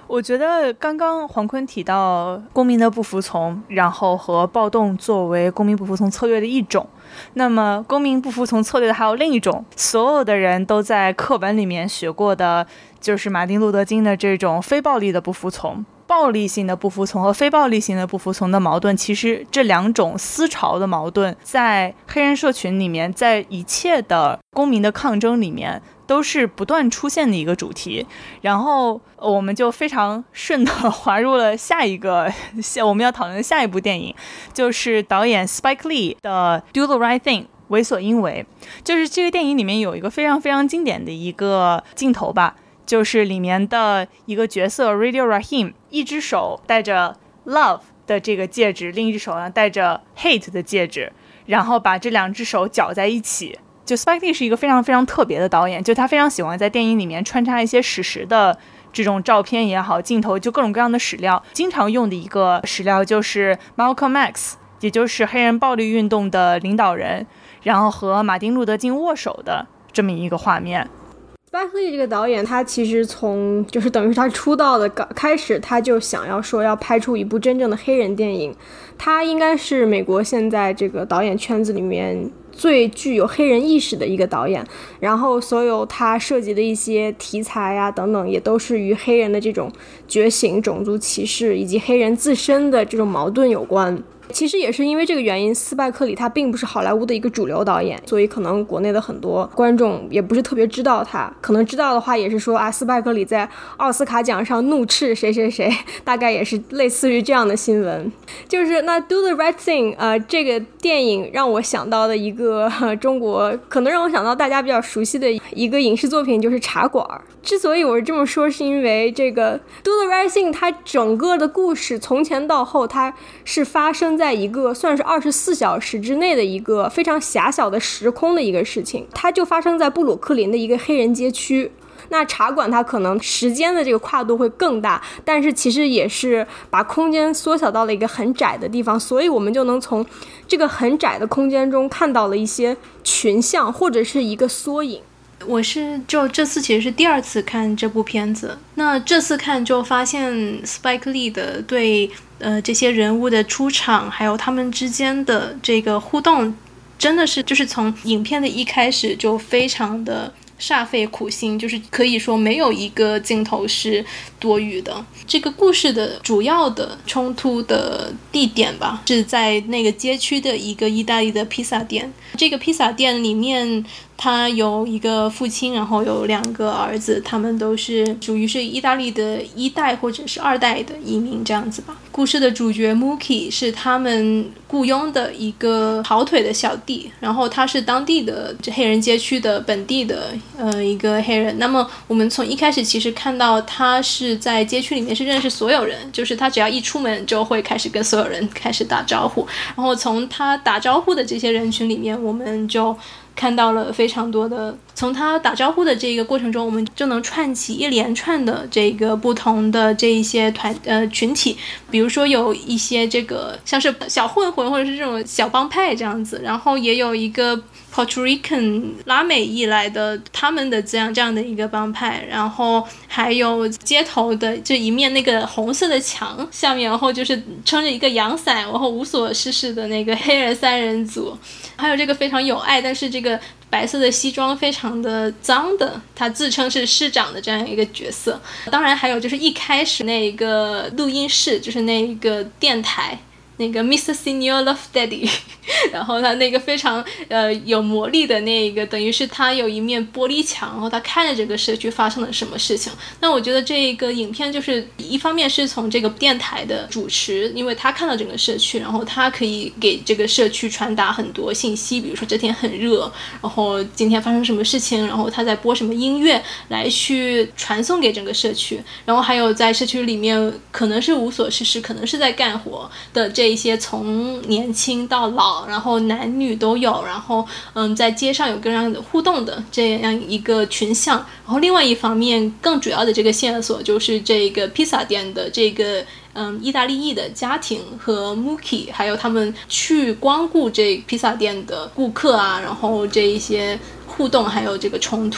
我觉得刚刚黄坤提到公民的不服从，然后和暴动作为公民不服从策略的一种，那么公民不服从策略的还有另一种，所有的人都在课本里面学过的，就是马丁路德金的这种非暴力的不服从。暴力性的不服从和非暴力性的不服从的矛盾，其实这两种思潮的矛盾在黑人社群里面，在一切的公民的抗争里面都是不断出现的一个主题。然后我们就非常顺的滑入了下一个我们要讨论的下一部电影，就是导演 Spike Lee 的 Do the Right Thing 为所应为。就是这个电影里面有一个非常非常经典的一个镜头吧，就是里面的一个角色 Radio Raheem 一只手戴着 Love 的这个戒指，另一只手呢戴着 Hate 的戒指，然后把这两只手搅在一起。就 Spike Lee 是一个非常非常特别的导演，就他非常喜欢在电影里面穿插一些史实的这种照片也好，镜头，就各种各样的史料。经常用的一个史料就是 Malcolm X， 也就是黑人暴力运动的领导人，然后和马丁路德金握手的这么一个画面。 Spike Lee 这个导演，他其实从就是等于是他出道的开始，他就想要说要拍出一部真正的黑人电影。他应该是美国现在这个导演圈子里面最具有黑人意识的一个导演，然后所有他涉及的一些题材啊等等，也都是与黑人的这种觉醒、种族歧视以及黑人自身的这种矛盾有关。其实也是因为这个原因，斯派克里他并不是好莱坞的一个主流导演，所以可能国内的很多观众也不是特别知道他，可能知道的话也是说啊，斯派克里在奥斯卡奖上怒斥谁谁谁，大概也是类似于这样的新闻。就是那 Do the Right Thing 这个电影让我想到的一个中国可能让我想到大家比较熟悉的一个影视作品就是茶馆。之所以我这么说，是因为这个 Do the Right Thing 它整个的故事从前到后，它是发生在一个算是24小时之内的一个非常狭小的时空的一个事情，它就发生在布鲁克林的一个黑人街区。那茶馆它可能时间的这个跨度会更大，但是其实也是把空间缩小到了一个很窄的地方，所以我们就能从这个很窄的空间中看到了一些群像或者是一个缩影。 我就这次其实是第二次看这部片子，那这次看就发现 Spike Lee 的对这些人物的出场还有他们之间的这个互动，真的是就是从影片的一开始就非常的煞费苦心，就是可以说没有一个镜头是多余的。这个故事的主要的冲突的地点吧，是在那个街区的一个意大利的披萨店。这个披萨店里面他有一个父亲，然后有2个儿子，他们都是属于是意大利的1代或者是2代的移民这样子吧。故事的主角 Mookie 是他们雇佣的一个跑腿的小弟，然后他是当地的黑人街区的本地的一个黑人。那么我们从一开始其实看到他是在街区里面是认识所有人，就是他只要一出门就会开始跟所有人开始打招呼，然后从他打招呼的这些人群里面，我们就看到了非常多的，从他打招呼的这个过程中，我们就能串起一连串的这个不同的这一些群体，比如说有一些这个像是小混混或者是这种小帮派这样子，然后也有一个 Puerto Rican 拉美裔来的他们的这样的一个帮派，然后还有街头的这一面那个红色的墙下面，然后就是撑着一个阳伞，然后无所事事的那个黑人3人组，还有这个非常有爱但是这个白色的西装非常的脏的，他自称是市长的这样一个角色。当然还有就是一开始那个录音室，就是那个电台，那个 Mr. Senior Love Daddy 然后他那个非常有魔力的那个，等于是他有一面玻璃墙，然后他看着这个社区发生了什么事情。那我觉得这个影片就是一方面是从这个电台的主持，因为他看到整个社区，然后他可以给这个社区传达很多信息，比如说这天很热，然后今天发生什么事情，然后他在播什么音乐来去传送给整个社区。然后还有在社区里面可能是无所事事，可能是在干活的这一些从年轻到老，然后男女都有，然后在街上有各样的互动的这样一个群像。然后另外一方面更主要的这个线索就是这个披萨店的这个意大利裔的家庭和 Mookie 还有他们去光顾这披萨店的顾客啊，然后这一些互动还有这个冲突。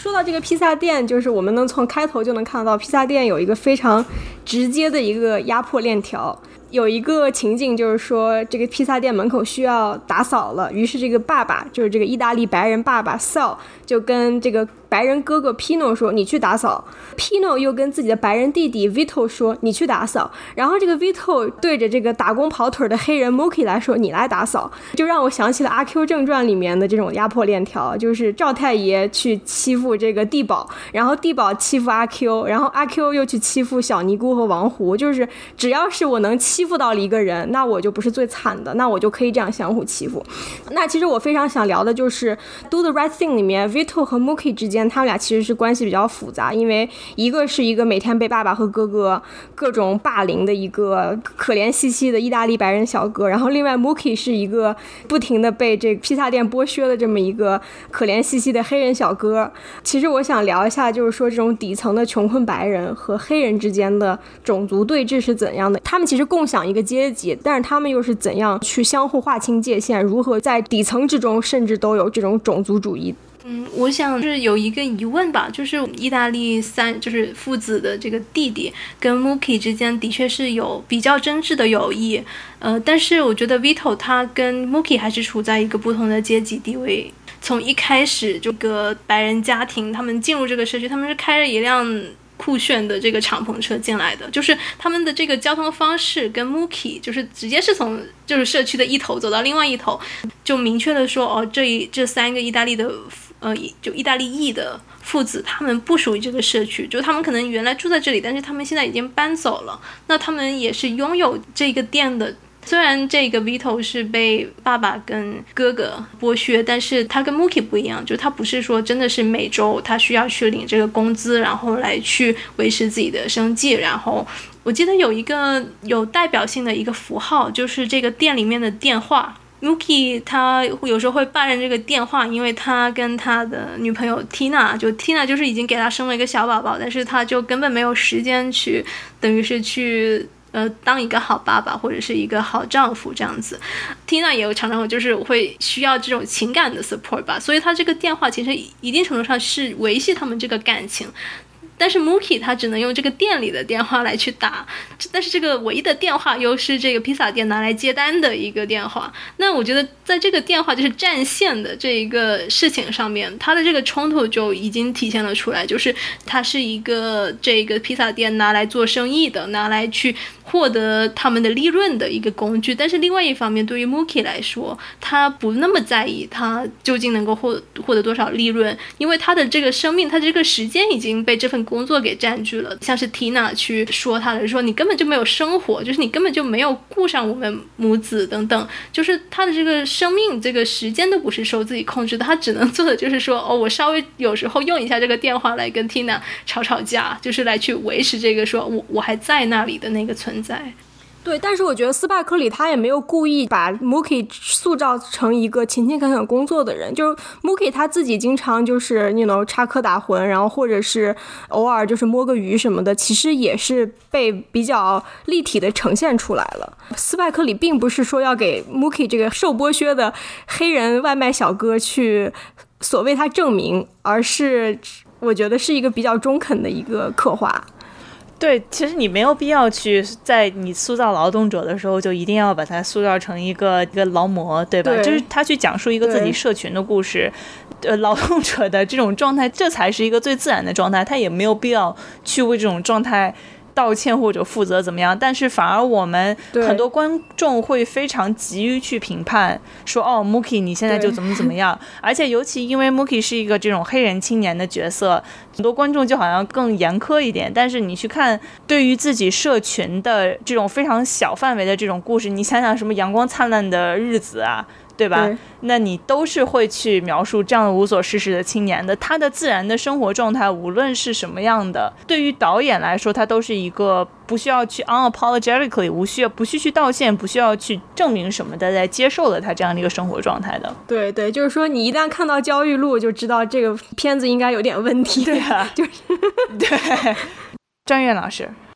说到这个披萨店，就是我们能从开头就能看到，披萨店有一个非常直接的一个压迫链条。有一个情景就是说，这个披萨店门口需要打扫了，于是这个爸爸，就是这个意大利白人爸爸 Sal 就跟这个白人哥哥 Pino 说你去打扫， Pino 又跟自己的白人弟弟 Vito 说你去打扫，然后这个 Vito 对着这个打工跑腿的黑人 Mookie 来说你来打扫，就让我想起了阿 Q 正传里面的这种压迫链条，就是赵太爷去欺负这个地保，然后地保欺负阿 Q， 然后阿 Q 又去欺负小尼姑和王胡，就是只要是我能欺负到了一个人，那我就不是最惨的，那我就可以这样相互欺负。那其实我非常想聊的就是Do the Right Thing 里面 Vito 和 Mookie 之间，他们俩其实是关系比较复杂，因为一个是一个每天被爸爸和哥哥各种霸凌的一个可怜兮兮的意大利白人小哥，然后另外 Mookie 是一个不停的被这个披萨店剥削的这么一个可怜兮兮的黑人小哥。其实我想聊一下，就是说这种底层的穷困白人和黑人之间的种族对峙是怎样的，他们其实共享一个阶级，但是他们又是怎样去相互划清界限，如何在底层之中甚至都有这种种族主义。 我想是有一个疑问吧，就是意大利就是父子的这个弟弟跟 Mookie 之间的确是有比较真挚的友谊，但是我觉得 Vito 他跟 Mookie 还是处在一个不同的阶级地位。从一开始这个白人家庭他们进入这个社区，他们是开着一辆酷炫的这个敞篷车进来的，就是他们的这个交通方式跟 Mookie 就是直接是从就是社区的一头走到另外一头，就明确的说这三个意大利的就意大利裔的父子，他们不属于这个社区，就他们可能原来住在这里，但是他们现在已经搬走了，那他们也是拥有这个店的。虽然这个 Vito 是被爸爸跟哥哥剥削，但是他跟 Mookie 不一样，就他不是说真的是每周他需要去领这个工资，然后来去维持自己的生计。然后我记得有一个有代表性的一个符号，就是这个店里面的电话。Mookie 他有时候会霸占这个电话，因为他跟他的女朋友 Tina 就是已经给他生了一个小宝宝，但是他就根本没有时间去等于是去当一个好爸爸或者是一个好丈夫这样子。 Tina 也有常常就是会需要这种情感的 support 吧，所以他这个电话其实一定程度上是维系他们这个感情。但是 Mookie 他只能用这个店里的电话来去打，但是这个唯一的电话又是这个披萨店拿来接单的一个电话。那我觉得在这个电话就是占线的这一个事情上面，他的这个冲突就已经体现了出来，就是它是一个这个披萨店拿来做生意的，拿来去获得他们的利润的一个工具。但是另外一方面，对于 Mookie 来说，他不那么在意他究竟能够获得多少利润，因为他的这个生命，他这个时间已经被这份工作给占据了。像是 Tina 去说他的，说你根本就没有生活，就是你根本就没有顾上我们母子等等，就是他的这个生命这个时间都不是受自己控制的，他只能做的就是说我稍微有时候用一下这个电话来跟 Tina 吵架，就是来去维持这个说我还在那里的那个存在。 对，但是我觉得斯派克里他也没有故意把 Mookie 塑造成一个勤勤恳恳工作的人，就是 Mookie 他自己经常就是插科打诨，然后或者是偶尔就是摸个鱼什么的，其实也是被比较立体的呈现出来了。斯派克里并不是说要给 Mookie 这个受剥削的黑人外卖小哥去所谓他证明，而是我觉得是一个比较中肯的一个刻画。 对，其实你没有必要去在你塑造劳动者的时候就一定要把他塑造成一个劳模，对吧？就是他去讲述一个自己社群的故事，劳动者的这种状态，这才是一个最自然的状态，他也没有必要去为这种状态道歉或者负责怎么样，但是反而我们很多观众会非常急于去评判，说Mookie 你现在就怎么样，而且尤其因为 Mookie 是一个这种黑人青年的角色，很多观众就好像更严苛一点。但是你去看对于自己社群的这种非常小范围的这种故事，你想想什么阳光灿烂的日子啊，对吧？那你都是会去描述这样的无所事事的青年的，他的自然的生活状态无论是什么样的，对于导演来说他都是一个不需要去 unapologetically 不需去道歉，不需要去证明什么的，在接受了他这样的一个生活状态的。 对对，就是说你一旦看到焦裕禄就知道这个片子应该有点问题。 对啊， 就是对。张悦老师，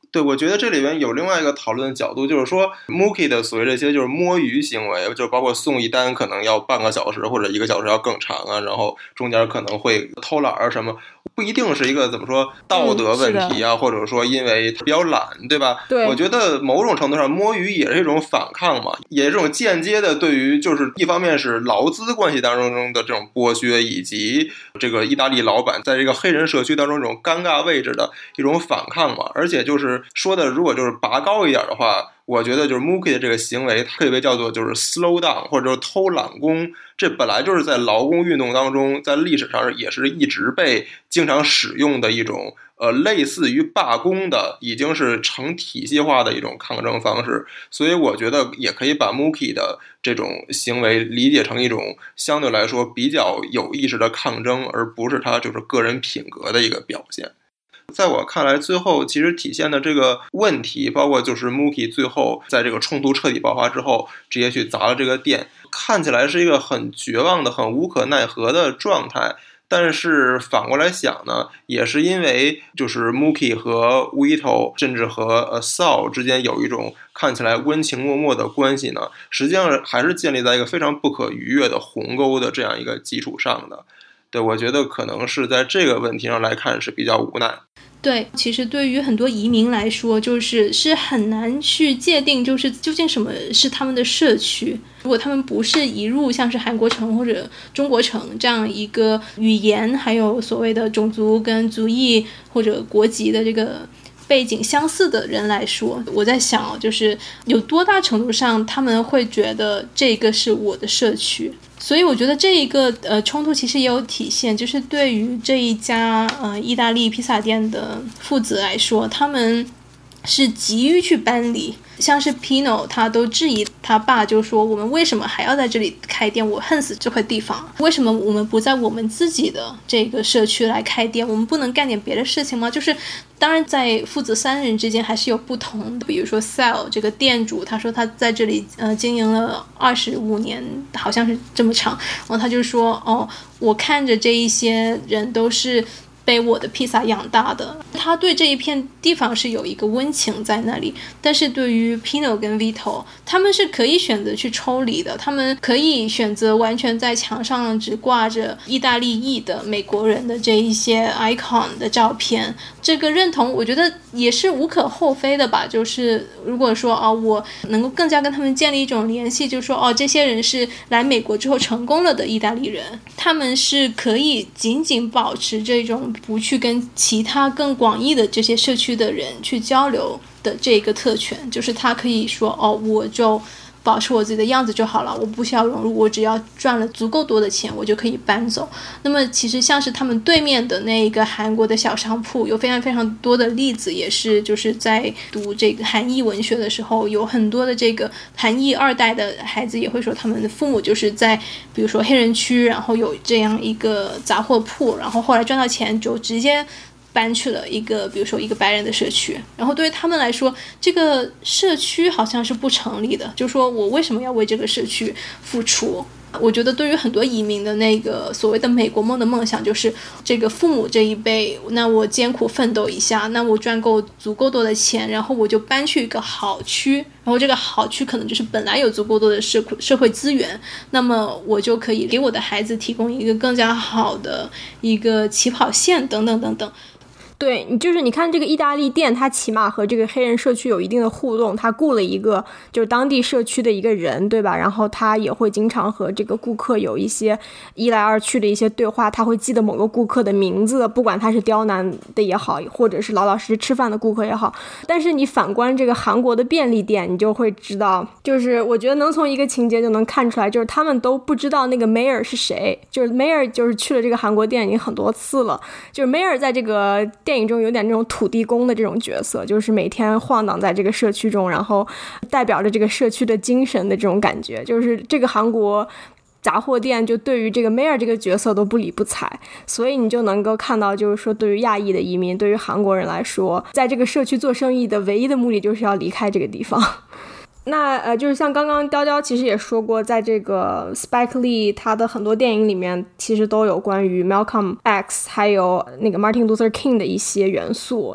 对，我觉得这里边有另外一个讨论的角度，就是说 Mookie 的所谓这些就是摸鱼行为，就包括送一单可能要半个小时或者1个小时要更长啊，然后中间可能会偷懒啊什么，不一定是一个怎么说道德问题啊，或者说因为比较懒，对吧？ 对， 我觉得某种程度上摸鱼也是一种反抗嘛，也是这种间接的对于就是一方面是劳资关系当中的这种剥削，以及这个意大利老板在这个黑人社区当中这种尴尬位置的一种反抗嘛。而且就是说的如果就是拔高一点的话，我觉得就是 Mookie 的这个行为它可以被叫做就是 slow down 或者说偷懒工，这本来就是在劳工运动当中在历史上也是一直被经常使用的一种类似于罢工的已经是成体系化的一种抗争方式。所以我觉得也可以把 Mookie 的这种行为理解成一种相对来说比较有意识的抗争，而不是他就是个人品格的一个表现。在我看来，最后其实体现的这个问题，包括就是 Mookie 最后在这个冲突彻底爆发之后直接去砸了这个店，看起来是一个很绝望的很无可奈何的状态。但是反过来想呢，也是因为就是 Mookie 和 Vito 甚至和Saul 之间有一种看起来温情脉脉的关系呢，实际上还是建立在一个非常不可逾越的鸿沟的这样一个基础上的。对，我觉得可能是在这个问题上来看是比较无奈。 对，其实对于很多移民来说，是很难去界定，就是究竟什么是他们的社区。如果他们不是移入像是韩国城或者中国城这样一个语言还有所谓的种族跟族裔或者国籍的这个背景相似的人来说，我在想就是有多大程度上他们会觉得这个是我的社区。所以我觉得这一个冲突其实也有体现，就是对于这一家意大利披萨店的父子来说，他们是急于去搬离。像是 Pino 他都质疑他爸，就说我们为什么还要在这里开店，我恨死这块地方，为什么我们不在我们自己的这个社区来开店，我们不能干点别的事情吗？就是当然在父子3人之间还是有不同的，比如说 Saul 这个店主，他说他在这里经营了25年，好像是这么长，然后他就说我看着这一些人都是被我的披萨养大的，他对这一片地方是有一个温情在那里。但是对于 Pino 跟 Vito， 他们是可以选择去抽离的，他们可以选择完全在墙上只挂着意大利裔的美国人的这一些 icon 的照片。这个认同我觉得也是无可厚非的吧，就是如果说我能够更加跟他们建立一种联系，就是说这些人是来美国之后成功了的意大利人，他们是可以仅仅保持这种不去跟其他更广义的这些社区的人去交流的这个特权，就是他可以说我就保持我自己的样子就好了，我不需要融入，我只要赚了足够多的钱我就可以搬走。那么其实像是他们对面的那个韩国的小商铺有非常非常多的例子，也是就是在读这个韩裔文学的时候，有很多的这个韩裔2代的孩子也会说他们的父母就是在比如说黑人区，然后有这样一个杂货铺，然后后来赚到钱就直接搬去了一个比如说一个白人的社区，然后对于他们来说这个社区好像是不成立的，就是说我为什么要为这个社区付出。我觉得对于很多移民的那个所谓的美国梦的梦想，就是这个父母这一辈，那我艰苦奋斗一下，那我赚够足够多的钱，然后我就搬去一个好区，然后这个好区可能就是本来有足够多的社会资源，那么我就可以给我的孩子提供一个更加好的一个起跑线等等等等。 对，就是你看这个意大利店，它起码和这个黑人社区有一定的互动，他雇了一个就是当地社区的一个人，对吧？然后他也会经常和这个顾客有一些一来二去的一些对话，他会记得某个顾客的名字，不管他是刁难的也好，或者是老老实实吃饭的顾客也好。但是你反观这个韩国的便利店，你就会知道，就是我觉得能从一个情节就能看出来，就是他们都不知道那个 Mayor 是谁，就是 Mayor 就是去了这个韩国店已经很多次了，就是 Mayor 在这个电影中有点这种土地公的这种角色，就是每天晃荡在这个社区中，然后代表着这个社区的精神的这种感觉，就是这个韩国杂货店就对于这个 Mayor 这个角色都不理不睬，所以你就能够看到，就是说对于亚裔的移民，对于韩国人来说，在这个社区做生意的唯一的目的就是要离开这个地方。那就是像刚刚雕雕其实也说过，在这个 Spike Lee 他的很多电影里面其实都有关于 Malcolm X 还有那个 Martin Luther King 的一些元素。那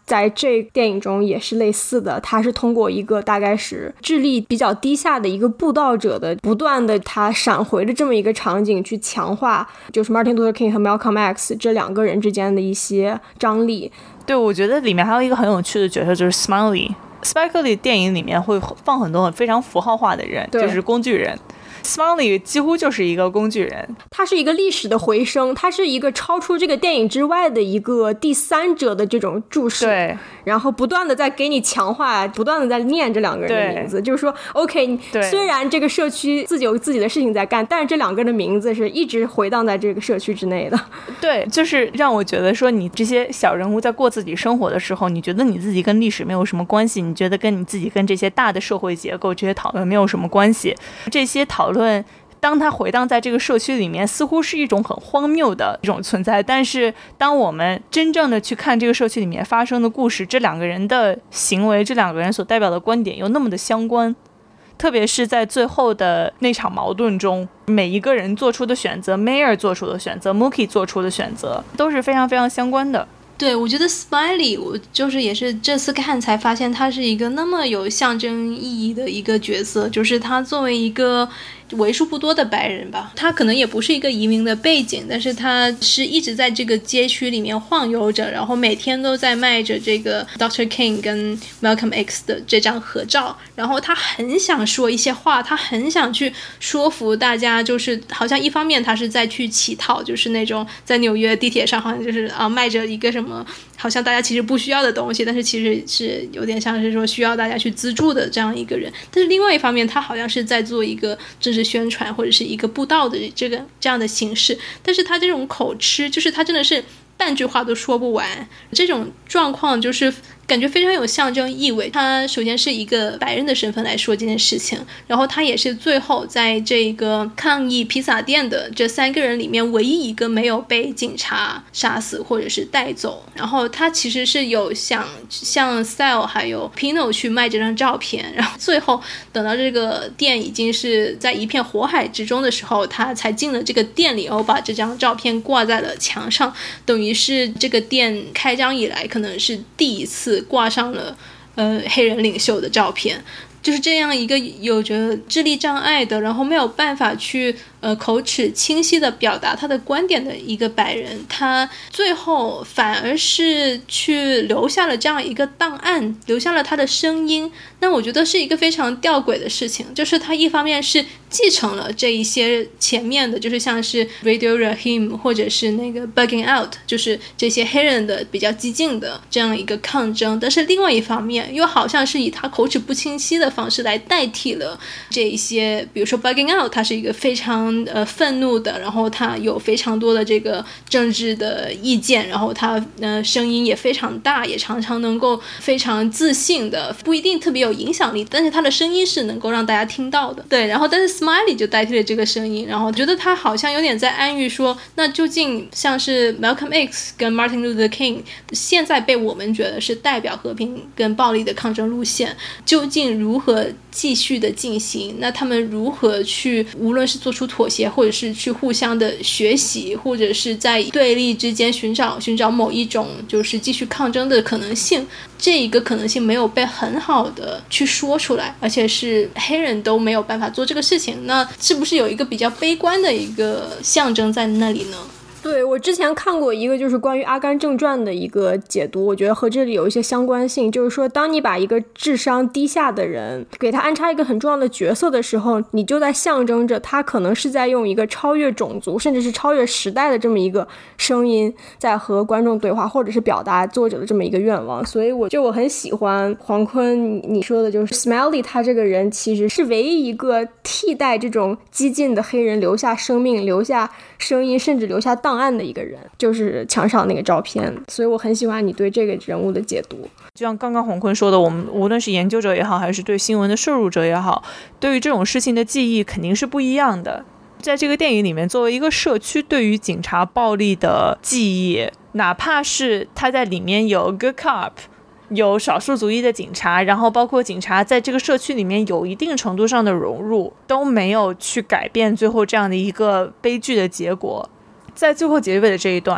在这电影中也是类似的，他是通过一个大概是智力比较低下的一个布道者的不断的他闪回的这么一个场景去强化就是 Martin Luther King 和 Malcolm X 这两个人之间的一些张力。 对，我觉得里面还有一个很有趣的角色就是 Smiley。Spike Lee 电影里面会放很多非常符号化的人，就是工具人。Smiley 几乎就是一个工具人， 他是一个历史的回声，他是一个超出这个电影之外的一个第三者的这种注释， 对， 然后不断的在给你强化，不断的在念这两个人的名字，就是说 OK 虽然这个社区自己有自己的事情在干，但是这两个人的名字是一直回荡在这个社区之内的。 对，就是让我觉得说你这些小人物在过自己生活的时候，你觉得你自己跟历史没有什么关系，你觉得跟你自己跟这些大的社会结构这些讨论没有什么关系，这些讨论当它回荡在这个社区里面似乎是一种很荒谬的一种存在，但是当我们真正的去看这个社区里面发生的故事，这两个人的行为，这两个人所代表的观点又那么的相关，特别是在最后的那场矛盾中，每一个人做出的选择， Mayor 做出的选择， Mookie 做出的选择都是非常非常相关的。 对，我觉得 Smiley 我就是也是这次看才发现他是一个那么有象征意义的一个角色，就是他作为一个为数不多的白人吧，他可能也不是一个移民的背景，但是他是一直在这个街区里面晃悠着，然后每天都在卖着这个 Dr. King 跟 Malcolm X 的这张合照，然后他很想说一些话，他很想去说服大家，就是好像一方面他是在去乞讨，就是那种在纽约地铁上好像就是卖着一个什么好像大家其实不需要的东西，但是其实是有点像是说需要大家去资助的这样一个人，但是另外一方面他好像是在做一个政治宣传或者是一个布道的这样的形式，但是他这种口吃，就是他真的是半句话都说不完，这种状况就是感觉非常有象征意味。他首先是一个白人的身份来说这件事情，然后他也是最后在这个抗议披萨店的这三个人里面唯一一个没有被警察杀死或者是带走，然后他其实是有想向 Sal 还有 Pino 去卖这张照片，然后最后等到这个店已经是在一片火海之中的时候，他才进了这个店里，然后把这张照片挂在了墙上，等于是这个店开张以来可能是第一次挂上了黑人领袖的照片。就是这样一个有着智力障碍的，然后没有办法去口齿清晰的表达他的观点的一个白人，他最后反而是去留下了这样一个档案，留下了他的声音。那我觉得是一个非常吊诡的事情，就是他一方面是继承了这一些前面的，就是像是 Radio Raheem 或者是那个 Bugging Out， 就是这些黑人的比较激进的这样一个抗争，但是另外一方面又好像是以他口齿不清晰的方式来代替了这一些，比如说 Bugging Out 他是一个非常愤怒的，然后他有非常多的这个政治的意见，然后他声音也非常大，也常常能够非常自信的，不一定特别有影响力，但是他的声音是能够让大家听到的。对，然后但是 Smiley 就代替了这个声音，然后觉得他好像有点在暗喻说，那究竟像是 Malcolm X 跟 Martin Luther King 现在被我们觉得是代表和平跟暴力的抗争路线，究竟如何继续的进行，那他们如何去无论是做出妥协，或者是去互相的学习，或者是在对立之间寻找某一种就是继续抗争的可能性，这一个可能性没有被很好的去说出来，而且是黑人都没有办法做这个事情，那是不是有一个比较悲观的一个象征在那里呢？ 对，我之前看过一个就是关于《阿甘正传》的一个解读，我觉得和这里有一些相关性，就是说当你把一个智商低下的人给他安插一个很重要的角色的时候，你就在象征着他可能是在用一个超越种族甚至是超越时代的这么一个声音在和观众对话，或者是表达作者的这么一个愿望。所以我很喜欢黄坤你说的，就是 Smiley 他这个人其实是唯一一个替代这种激进的黑人留下生命留下声音甚至留下档案的一个人，就是墙上那个照片。所以我很喜欢你对这个人物的解读。 就像刚刚洪坤说的，我们无论是研究者也好，还是对新闻的摄入者也好，对于这种事情的记忆肯定是不一样的。在这个电影里面，作为一个社区对于警察暴力的记忆，哪怕是他在里面有 good cop，有少数族裔的警察，然后包括警察在这个社区里面有一定程度上的融入，都没有去改变最后这样的一个悲剧的结果。在最后结尾的这一段，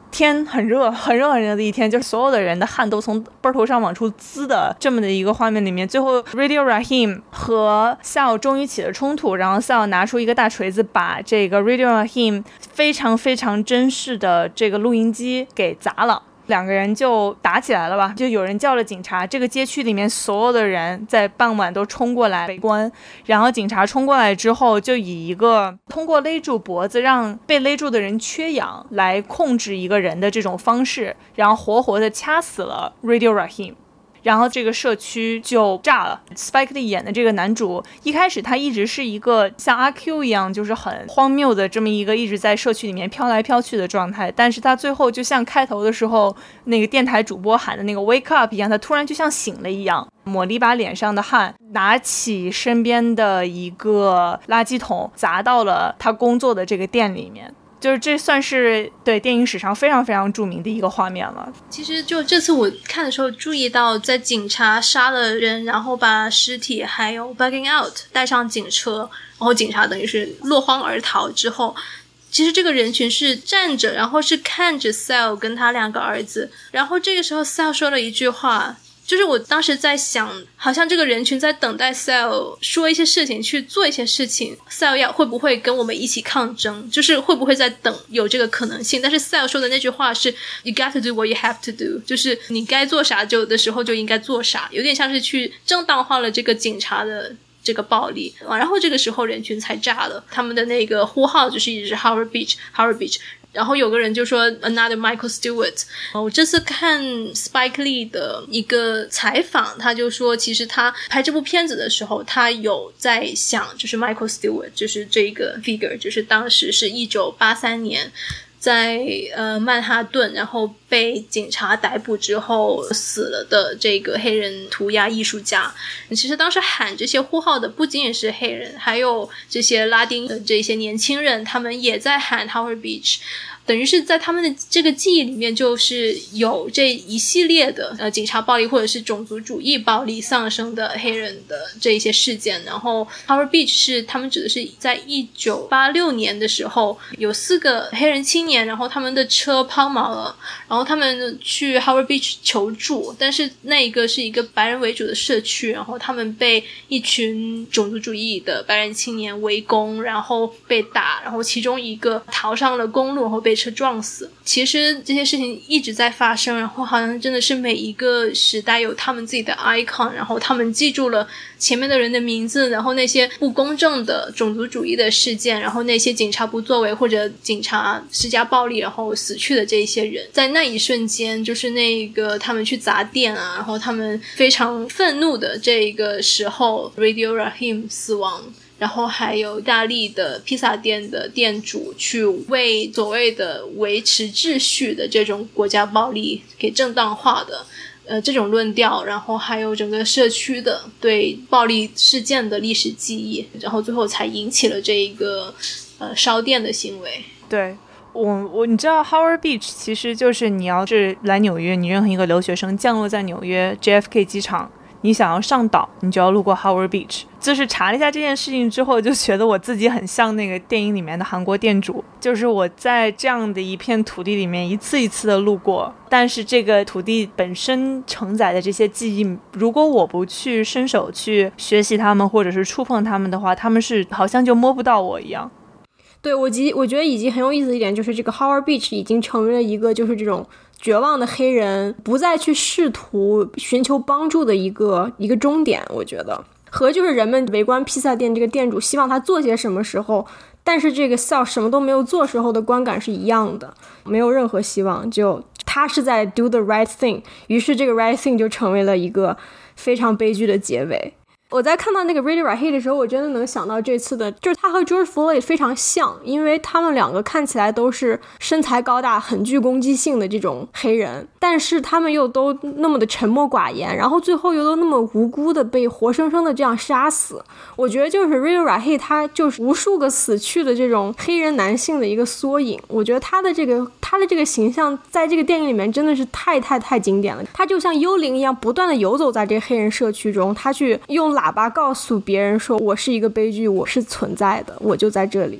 天很热很热很热的一天，就是所有的人的汗都从背头上往出滋的这么的一个画面里面，最后 Radio Raheem 和 Sal 终于起了冲突，然后 Sal 拿出一个大锤子把这个 Radio Raheem 非常非常珍视的这个录音机给砸了，两个人就打起来了吧，就有人叫了警察，这个街区里面所有的人在傍晚都冲过来围观，然后警察冲过来之后就以一个通过勒住脖子让被勒住的人缺氧来控制一个人的这种方式，然后活活的掐死了 Radio Raheem，然后这个社区就炸了。 Spike Lee 演的这个男主一开始他一直是一个像阿 Q 一样就是很荒谬的这么一个一直在社区里面飘来飘去的状态，但是他最后就像开头的时候那个电台主播喊的那个 wake up 一样，他突然就像醒了一样，抹了一把脸上的汗，拿起身边的一个垃圾桶砸到了他工作的这个店里面，就是这算是对电影史上非常非常著名的一个画面了。 其实就这次我看的时候注意到，在警察杀了人，然后把尸体还有 bugging out 带上警车，然后警察等于是落荒而逃之后，其实这个人群是站着，然后是看着 Sal 跟他两个儿子，然后这个时候 Sal 说了一句话，就是我当时在想，好像这个人群在等待 Sal 说一些事情，去做一些事情， Sal 会不会跟我们一起抗争，就是会不会在等有这个可能性。但是 Sal 说的那句话是 You got to do what you have to do， 就是你该做啥就的时候就应该做啥，有点像是去正当化了这个警察的这个暴力然后这个时候人群才炸了，他们的那个呼号就是一直是 Howard Beach Howard Beach，然后有个人就说 Another Michael Stewart。 我这次看 Spike Lee 的一个采访，他就说其实他拍这部片子的时候他有在想，就是 Michael Stewart 就是这个 figure， 就是当时是1983年在曼哈顿，然后被警察逮捕之后死了的这个黑人涂鸦艺术家。其实当时喊这些呼号的不仅仅是黑人，还有这些拉丁的这些年轻人，他们也在喊 Howard Beach，等于是在他们的这个记忆里面就是有这一系列的警察暴力或者是种族主义暴力丧生的黑人的这一些事件。然后 Howard Beach 是他们指的是在1986年的时候有4个黑人青年，然后他们的车抛锚了，然后他们去 Howard Beach 求助，但是那一个是一个白人为主的社区，然后他们被一群种族主义的白人青年围攻，然后被打，然后其中一个逃上了公路，然后被车撞死。其实这些事情一直在发生，然后好像真的是每一个时代有他们自己的 icon， 然后他们记住了前面的人的名字，然后那些不公正的种族主义的事件，然后那些警察不作为或者警察施加暴力然后死去的这一些人，在那一瞬间，就是那个他们去砸店啊，然后他们非常愤怒的这个时候 Radio Raheem 死亡，然后还有意大利的披萨店的店主去为所谓的维持秩序的这种国家暴力给正当化的这种论调，然后还有整个社区的对暴力事件的历史记忆，然后最后才引起了这一个烧店的行为。 对，你知道 Howard Beach 其实就是你要是来纽约，你任何一个留学生降落在纽约 JFK 机场，你想要上岛你就要路过 Howard Beach。 就是查了一下这件事情之后，就觉得我自己很像那个电影里面的韩国店主，就是我在这样的一片土地里面一次一次的路过，但是这个土地本身承载的这些记忆，如果我不去伸手去学习他们或者是触碰他们的话，他们是好像就摸不到我一样。 对，我觉得以及很有意思的一点就是这个 Howard Beach 已经成为了一个就是这种绝望的黑人不再去试图寻求帮助的一个终点。我觉得和就是人们围观披萨店这个店主希望他做些什么时候，但是这个 Sal 什么都没有做时候的观感是一样的，没有任何希望，就他是在 do the right thing， 于是这个 right thing 就成为了一个非常悲剧的结尾。我在看到那个 Radio Raheem 的时候，我真的能想到这次的就是他和 George Floyd 非常像，因为他们两个看起来都是身材高大很具攻击性的这种黑人，但是他们又都那么的沉默寡言，然后最后又都那么无辜的被活生生的这样杀死。我觉得就是 Radio Raheem 他就是无数个死去的这种黑人男性的一个缩影。我觉得他的这个形象在这个电影里面真的是太经典了，他就像幽灵一样不断的游走在这个黑人社区中，他去用喇叭告诉别人说我是一个悲剧，我是存在的，我就在这里。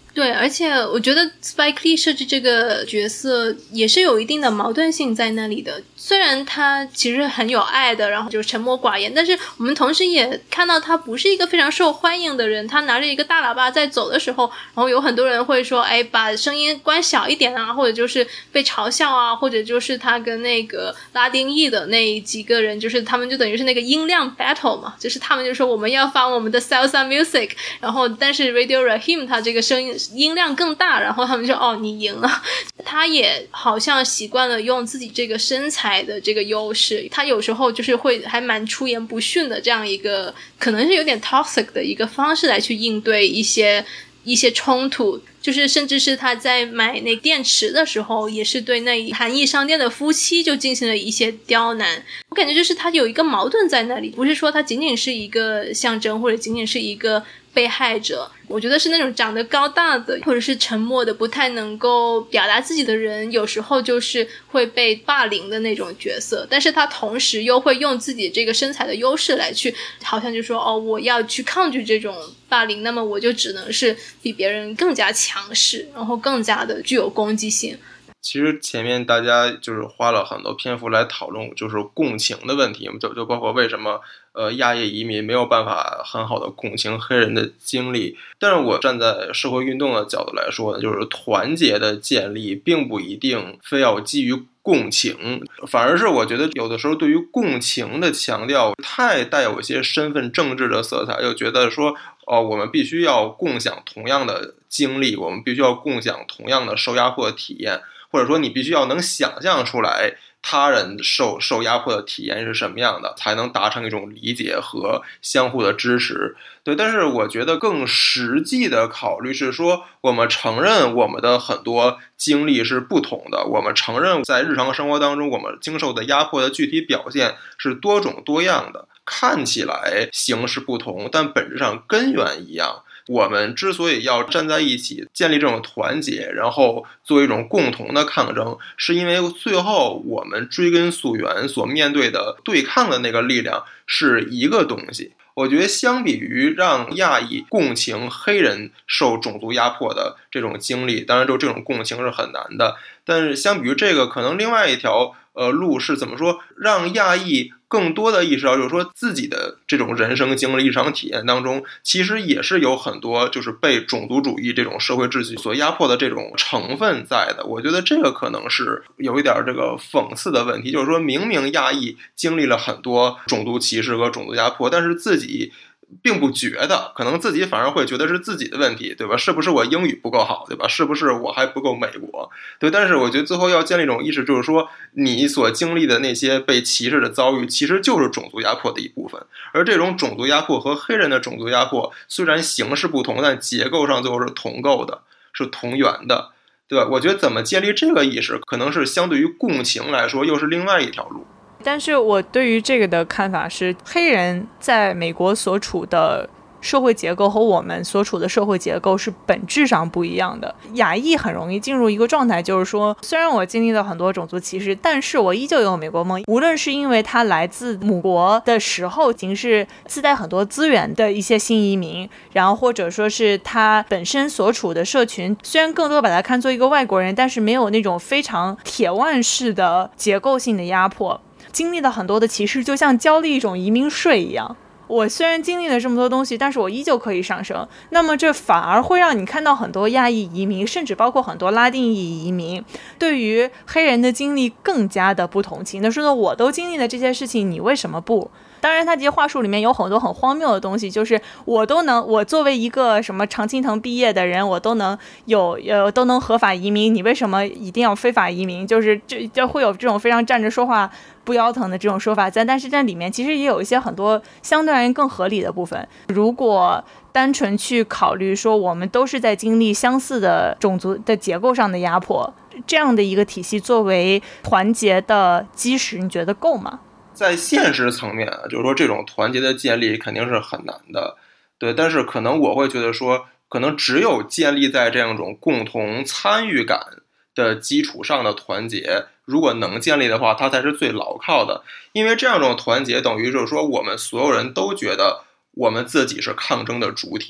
对，而且我觉得 Spike Lee 设置这个角色也是有一定的矛盾性在那里的。虽然他其实很有爱的，然后就沉默寡言，但是我们同时也看到他不是一个非常受欢迎的人。他拿着一个大喇叭在走的时候，然后有很多人会说，哎，把声音关小一点啊，或者就是被嘲笑啊，或者就是他跟那个拉丁裔的那几个人，就是他们就等于是那个音量 battle 嘛，就是他们就说我们要放我们的 salsa music， 然后但是 Radio Raheem 他这个声音量更大，然后他们就哦你赢了。他也好像习惯了用自己这个身材的这个优势，他有时候就是会还蛮出言不逊的这样一个可能是有点 toxic 的一个方式来去应对一些冲突，就是甚至是他在买那电池的时候也是对那韩裔商店的夫妻就进行了一些刁难。我感觉就是他有一个矛盾在那里，不是说他仅仅是一个象征或者仅仅是一个被害者。我觉得是那种长得高大的或者是沉默的不太能够表达自己的人，有时候就是会被霸凌的那种角色，但是他同时又会用自己这个身材的优势来去好像就说哦，我要去抗拒这种霸凌，那么我就只能是比别人更加强势，然后更加的具有攻击性。 其实前面大家就是花了很多篇幅来讨论就是共情的问题，就包括为什么亚裔移民没有办法很好的共情黑人的经历。但是我站在社会运动的角度来说呢，就是团结的建立并不一定非要基于共情，反而是我觉得有的时候对于共情的强调太带有一些身份政治的色彩，就觉得说我们必须要共享同样的经历，我们必须要共享同样的受压迫的体验，或者说你必须要能想象出来他人受压迫的体验是什么样的，才能达成一种理解和相互的支持。对，但是我觉得更实际的考虑是说，我们承认我们的很多经历是不同的，我们承认在日常生活当中我们经受的压迫的具体表现是多种多样的，看起来形式不同，但本质上根源一样。我们之所以要站在一起建立这种团结，然后做一种共同的抗争，是因为最后我们追根溯源所面对的对抗的那个力量是一个东西。我觉得相比于让亚裔共情黑人受种族压迫的这种经历，当然就这种共情是很难的，但是相比于这个，可能另外一条路是怎么说，让亚裔更多的意识到，就是说自己的这种人生经历、日常体验当中，其实也是有很多就是被种族主义这种社会秩序所压迫的这种成分在的。我觉得这个可能是有一点这个讽刺的问题，就是说明明亚裔经历了很多种族歧视和种族压迫，但是自己并不觉得，可能自己反而会觉得是自己的问题，对吧？是不是我英语不够好，对吧？是不是我还不够美国？对，但是我觉得最后要建立一种意识，就是说你所经历的那些被歧视的遭遇，其实就是种族压迫的一部分。而这种种族压迫和黑人的种族压迫虽然形式不同，但结构上最后是同构的，是同源的，对吧？我觉得怎么建立这个意识，可能是相对于共情来说，又是另外一条路。 但是我对于这个的看法是，黑人在美国所处的社会结构和我们所处的社会结构是本质上不一样的。亚裔很容易进入一个状态，就是说虽然我经历了很多种族歧视，但是我依旧有美国梦。无论是因为他来自母国的时候已经是自带很多资源的一些新移民，然后或者说是他本身所处的社群虽然更多把他看作一个外国人，但是没有那种非常铁腕式的结构性的压迫。经历了很多的歧视，就像交了一种移民税一样，我虽然经历了这么多东西，但是我依旧可以上升。那么这反而会让你看到很多亚裔移民，甚至包括很多拉丁裔移民对于黑人的经历更加的不同情，那说我都经历了这些事情，你为什么不？当然他这些话术里面有很多很荒谬的东西，就是我作为一个什么常青藤毕业的人，我都能都能合法移民，你为什么一定要非法移民？就是这会有这种非常站着说话不腰疼的这种说法在，但是这里面其实也有一些很多相对而言更合理的部分。如果单纯去考虑说我们都是在经历相似的种族的结构上的压迫，这样的一个体系作为团结的基石，你觉得够吗？ 在现实层面啊，就是说这种团结的建立肯定是很难的，对。但是可能我会觉得说，可能只有建立在这样一种共同参与感的基础上的团结，如果能建立的话，它才是最牢靠的。因为这样一种团结等于就是说，我们所有人都觉得我们自己是抗争的主体，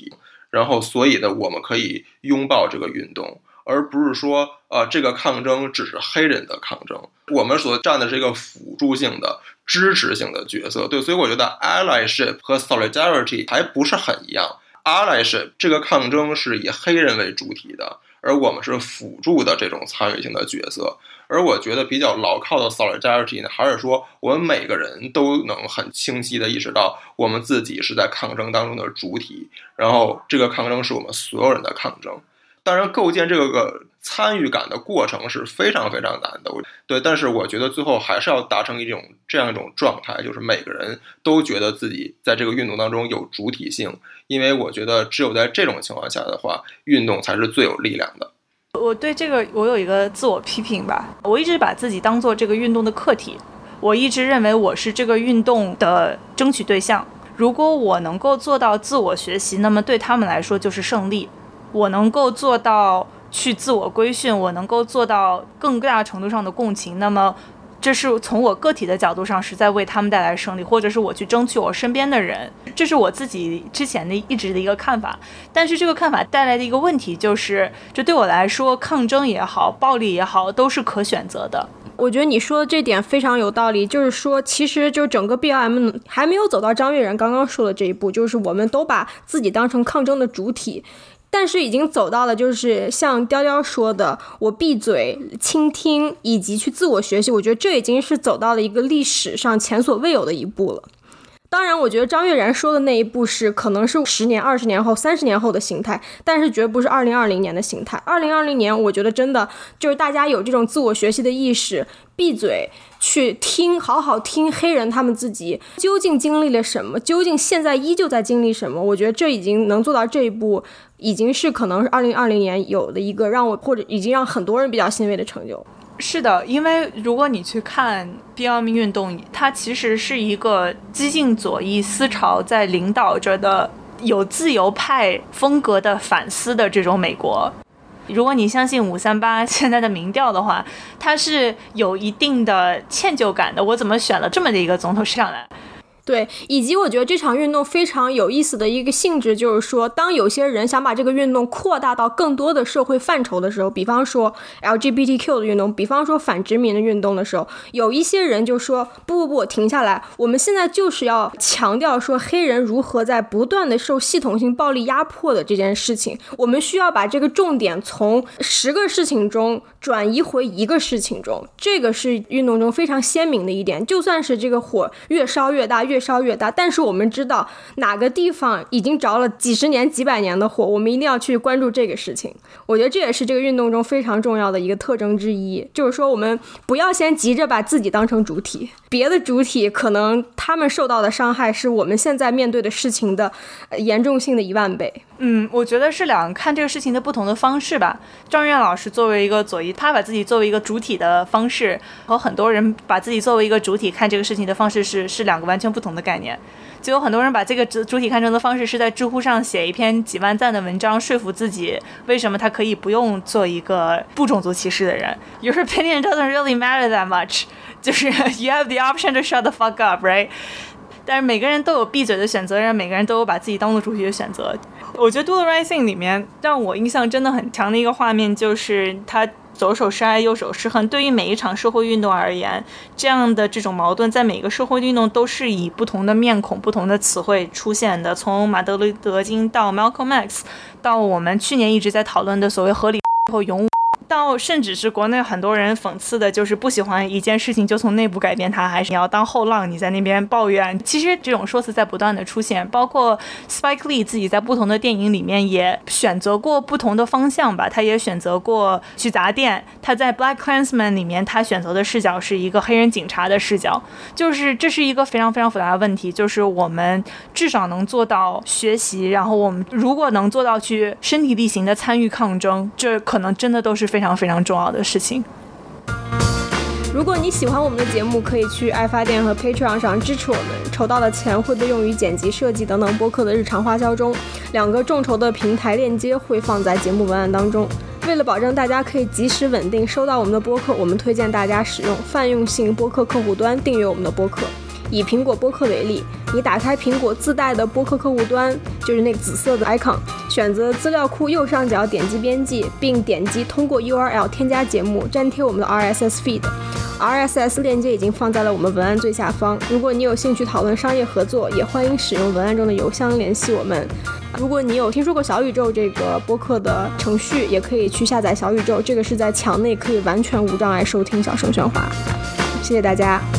然后所以的我们可以拥抱这个运动，而不是说这个抗争只是黑人的抗争，我们所站的是一个辅助性的支持性的角色。对，所以我觉得 allyship 和 solidarity 还不是很一样。allyship 这个抗争是以黑人为主体的，而我们是辅助的这种参与性的角色。而我觉得比较牢靠的 solidarity 呢，还是说我们每个人都能很清晰地意识到我们自己是在抗争当中的主体，然后这个抗争是我们所有人的抗争。当然构建这个参与感的过程是非常非常难的，对，但是我觉得最后还是要达成这样一种状态，就是每个人都觉得自己在这个运动当中有主体性，因为我觉得只有在这种情况下的话，运动才是最有力量的。 我对这个我有一个自我批评吧，我一直把自己当做这个运动的客体，我一直认为我是这个运动的争取对象。如果我能够做到自我学习，那么对他们来说就是胜利。我能够做到去自我规训，我能够做到更大程度上的共情，那么这是从我个体的角度上是在为他们带来胜利，或者是我去争取我身边的人，这是我自己之前的一直的一个看法。但是这个看法带来的一个问题就是，这对我来说抗争也好，暴力也好，都是可选择的。 我觉得你说的这点非常有道理，就是说其实就整个 BLM 还没有走到张悦然刚刚说的这一步，就是我们都把自己当成抗争的主体，但是已经走到了就是像雕雕说的，我闭嘴倾听以及去自我学习，我觉得这已经是走到了一个历史上前所未有的一步了。当然我觉得张悦然说的那一步是可能是10年20年后30年后的形态，但是绝不是2020年的形态。2020年我觉得真的就是大家有这种自我学习的意识，闭嘴去听，好好听黑人他们自己究竟经历了什么，究竟现在依旧在经历什么。我觉得这已经能做到这一步，已经是可能是2020年有的一个让我或者已经让很多人比较欣慰的成就。 是的，因为如果你去看 BLM 运动，它其实是一个激进左翼思潮在领导着的有自由派风格的反思的这种美国。如果你相信538现在的民调的话，它是有一定的歉疚感的，我怎么选了这么的一个总统上来。 对，以及我觉得这场运动非常有意思的一个性质就是说，当有些人想把这个运动扩大到更多的社会范畴的时候，比方说 LGBTQ 的运动，比方说反殖民的运动的时候，有一些人就说不，停下来，我们现在就是要强调说黑人如何在不断的受系统性暴力压迫的这件事情，我们需要把这个重点从10个事情中转移回一个事情中，这个是运动中非常鲜明的一点。就算是这个火越烧越大越烧越大，但是我们知道哪个地方已经着了几十年几百年的火，我们一定要去关注这个事情。我觉得这也是这个运动中非常重要的一个特征之一，就是说我们不要先急着把自己当成主体，别的主体可能他们受到的伤害是我们现在面对的事情的严重性的10000倍。 我觉得是两个看这个事情的不同的方式吧。张悦老师作为一个左翼，他把自己作为一个主体的方式，和很多人把自己作为一个主体看这个事情的方式是两个完全不同的概念。就有很多人把这个主体看成的方式是在知乎上写一篇几万赞的文章，说服自己为什么他可以不用做一个不种族歧视的人。Your opinion doesn't really matter that much， 就是 you have the option to shut the fuck up, right？但是每个人都有闭嘴的选择，让每个人都有把自己当做主体的选择。我觉得 Do the Right Thing 里面让我印象真的很强的一个画面，就是他左手是爱右手是恨。对于每一场社会运动而言，这样的这种矛盾在每个社会运动都是以不同的面孔不同的词汇出现的，从马丁路德金到 Malcolm X， 到我们去年一直在讨论的所谓合理后勇武，到甚至是国内很多人讽刺的就是不喜欢一件事情就从内部改变它，还是你要当后浪，你在那边抱怨。其实这种说辞在不断的出现，包括 Spike Lee 自己在不同的电影里面也选择过不同的方向吧，他也选择过去砸店，他在 Black Klansman 里面他选择的视角是一个黑人警察的视角。就是这是一个非常非常复杂的问题，就是我们至少能做到学习，然后我们如果能做到去身体力行的参与抗争，这可能真的都是非常非常重要的事情。 如果你喜欢我们的节目，可以去爱发电和 Patreon 上支持我们，筹到的钱会被用于剪辑设计等等播客的日常花销中，2个众筹的平台链接会放在节目文案当中。为了保证大家可以及时稳定收到我们的播客，我们推荐大家使用泛用性播客客户端订阅我们的播客。 以苹果播客为例，你打开苹果自带的播客客户端，就是那个紫色的 icon， 选择资料库右上角点击编辑，并点击通过 URL 添加节目，粘贴我们的 RSS feed。RSS 链接已经放在了我们文案最下方，如果你有兴趣讨论商业合作，也欢迎使用文案中的邮箱联系我们。如果你有听说过小宇宙这个播客的程序，也可以去下载小宇宙，这个是在墙内可以完全无障碍收听小声喧哗。谢谢大家。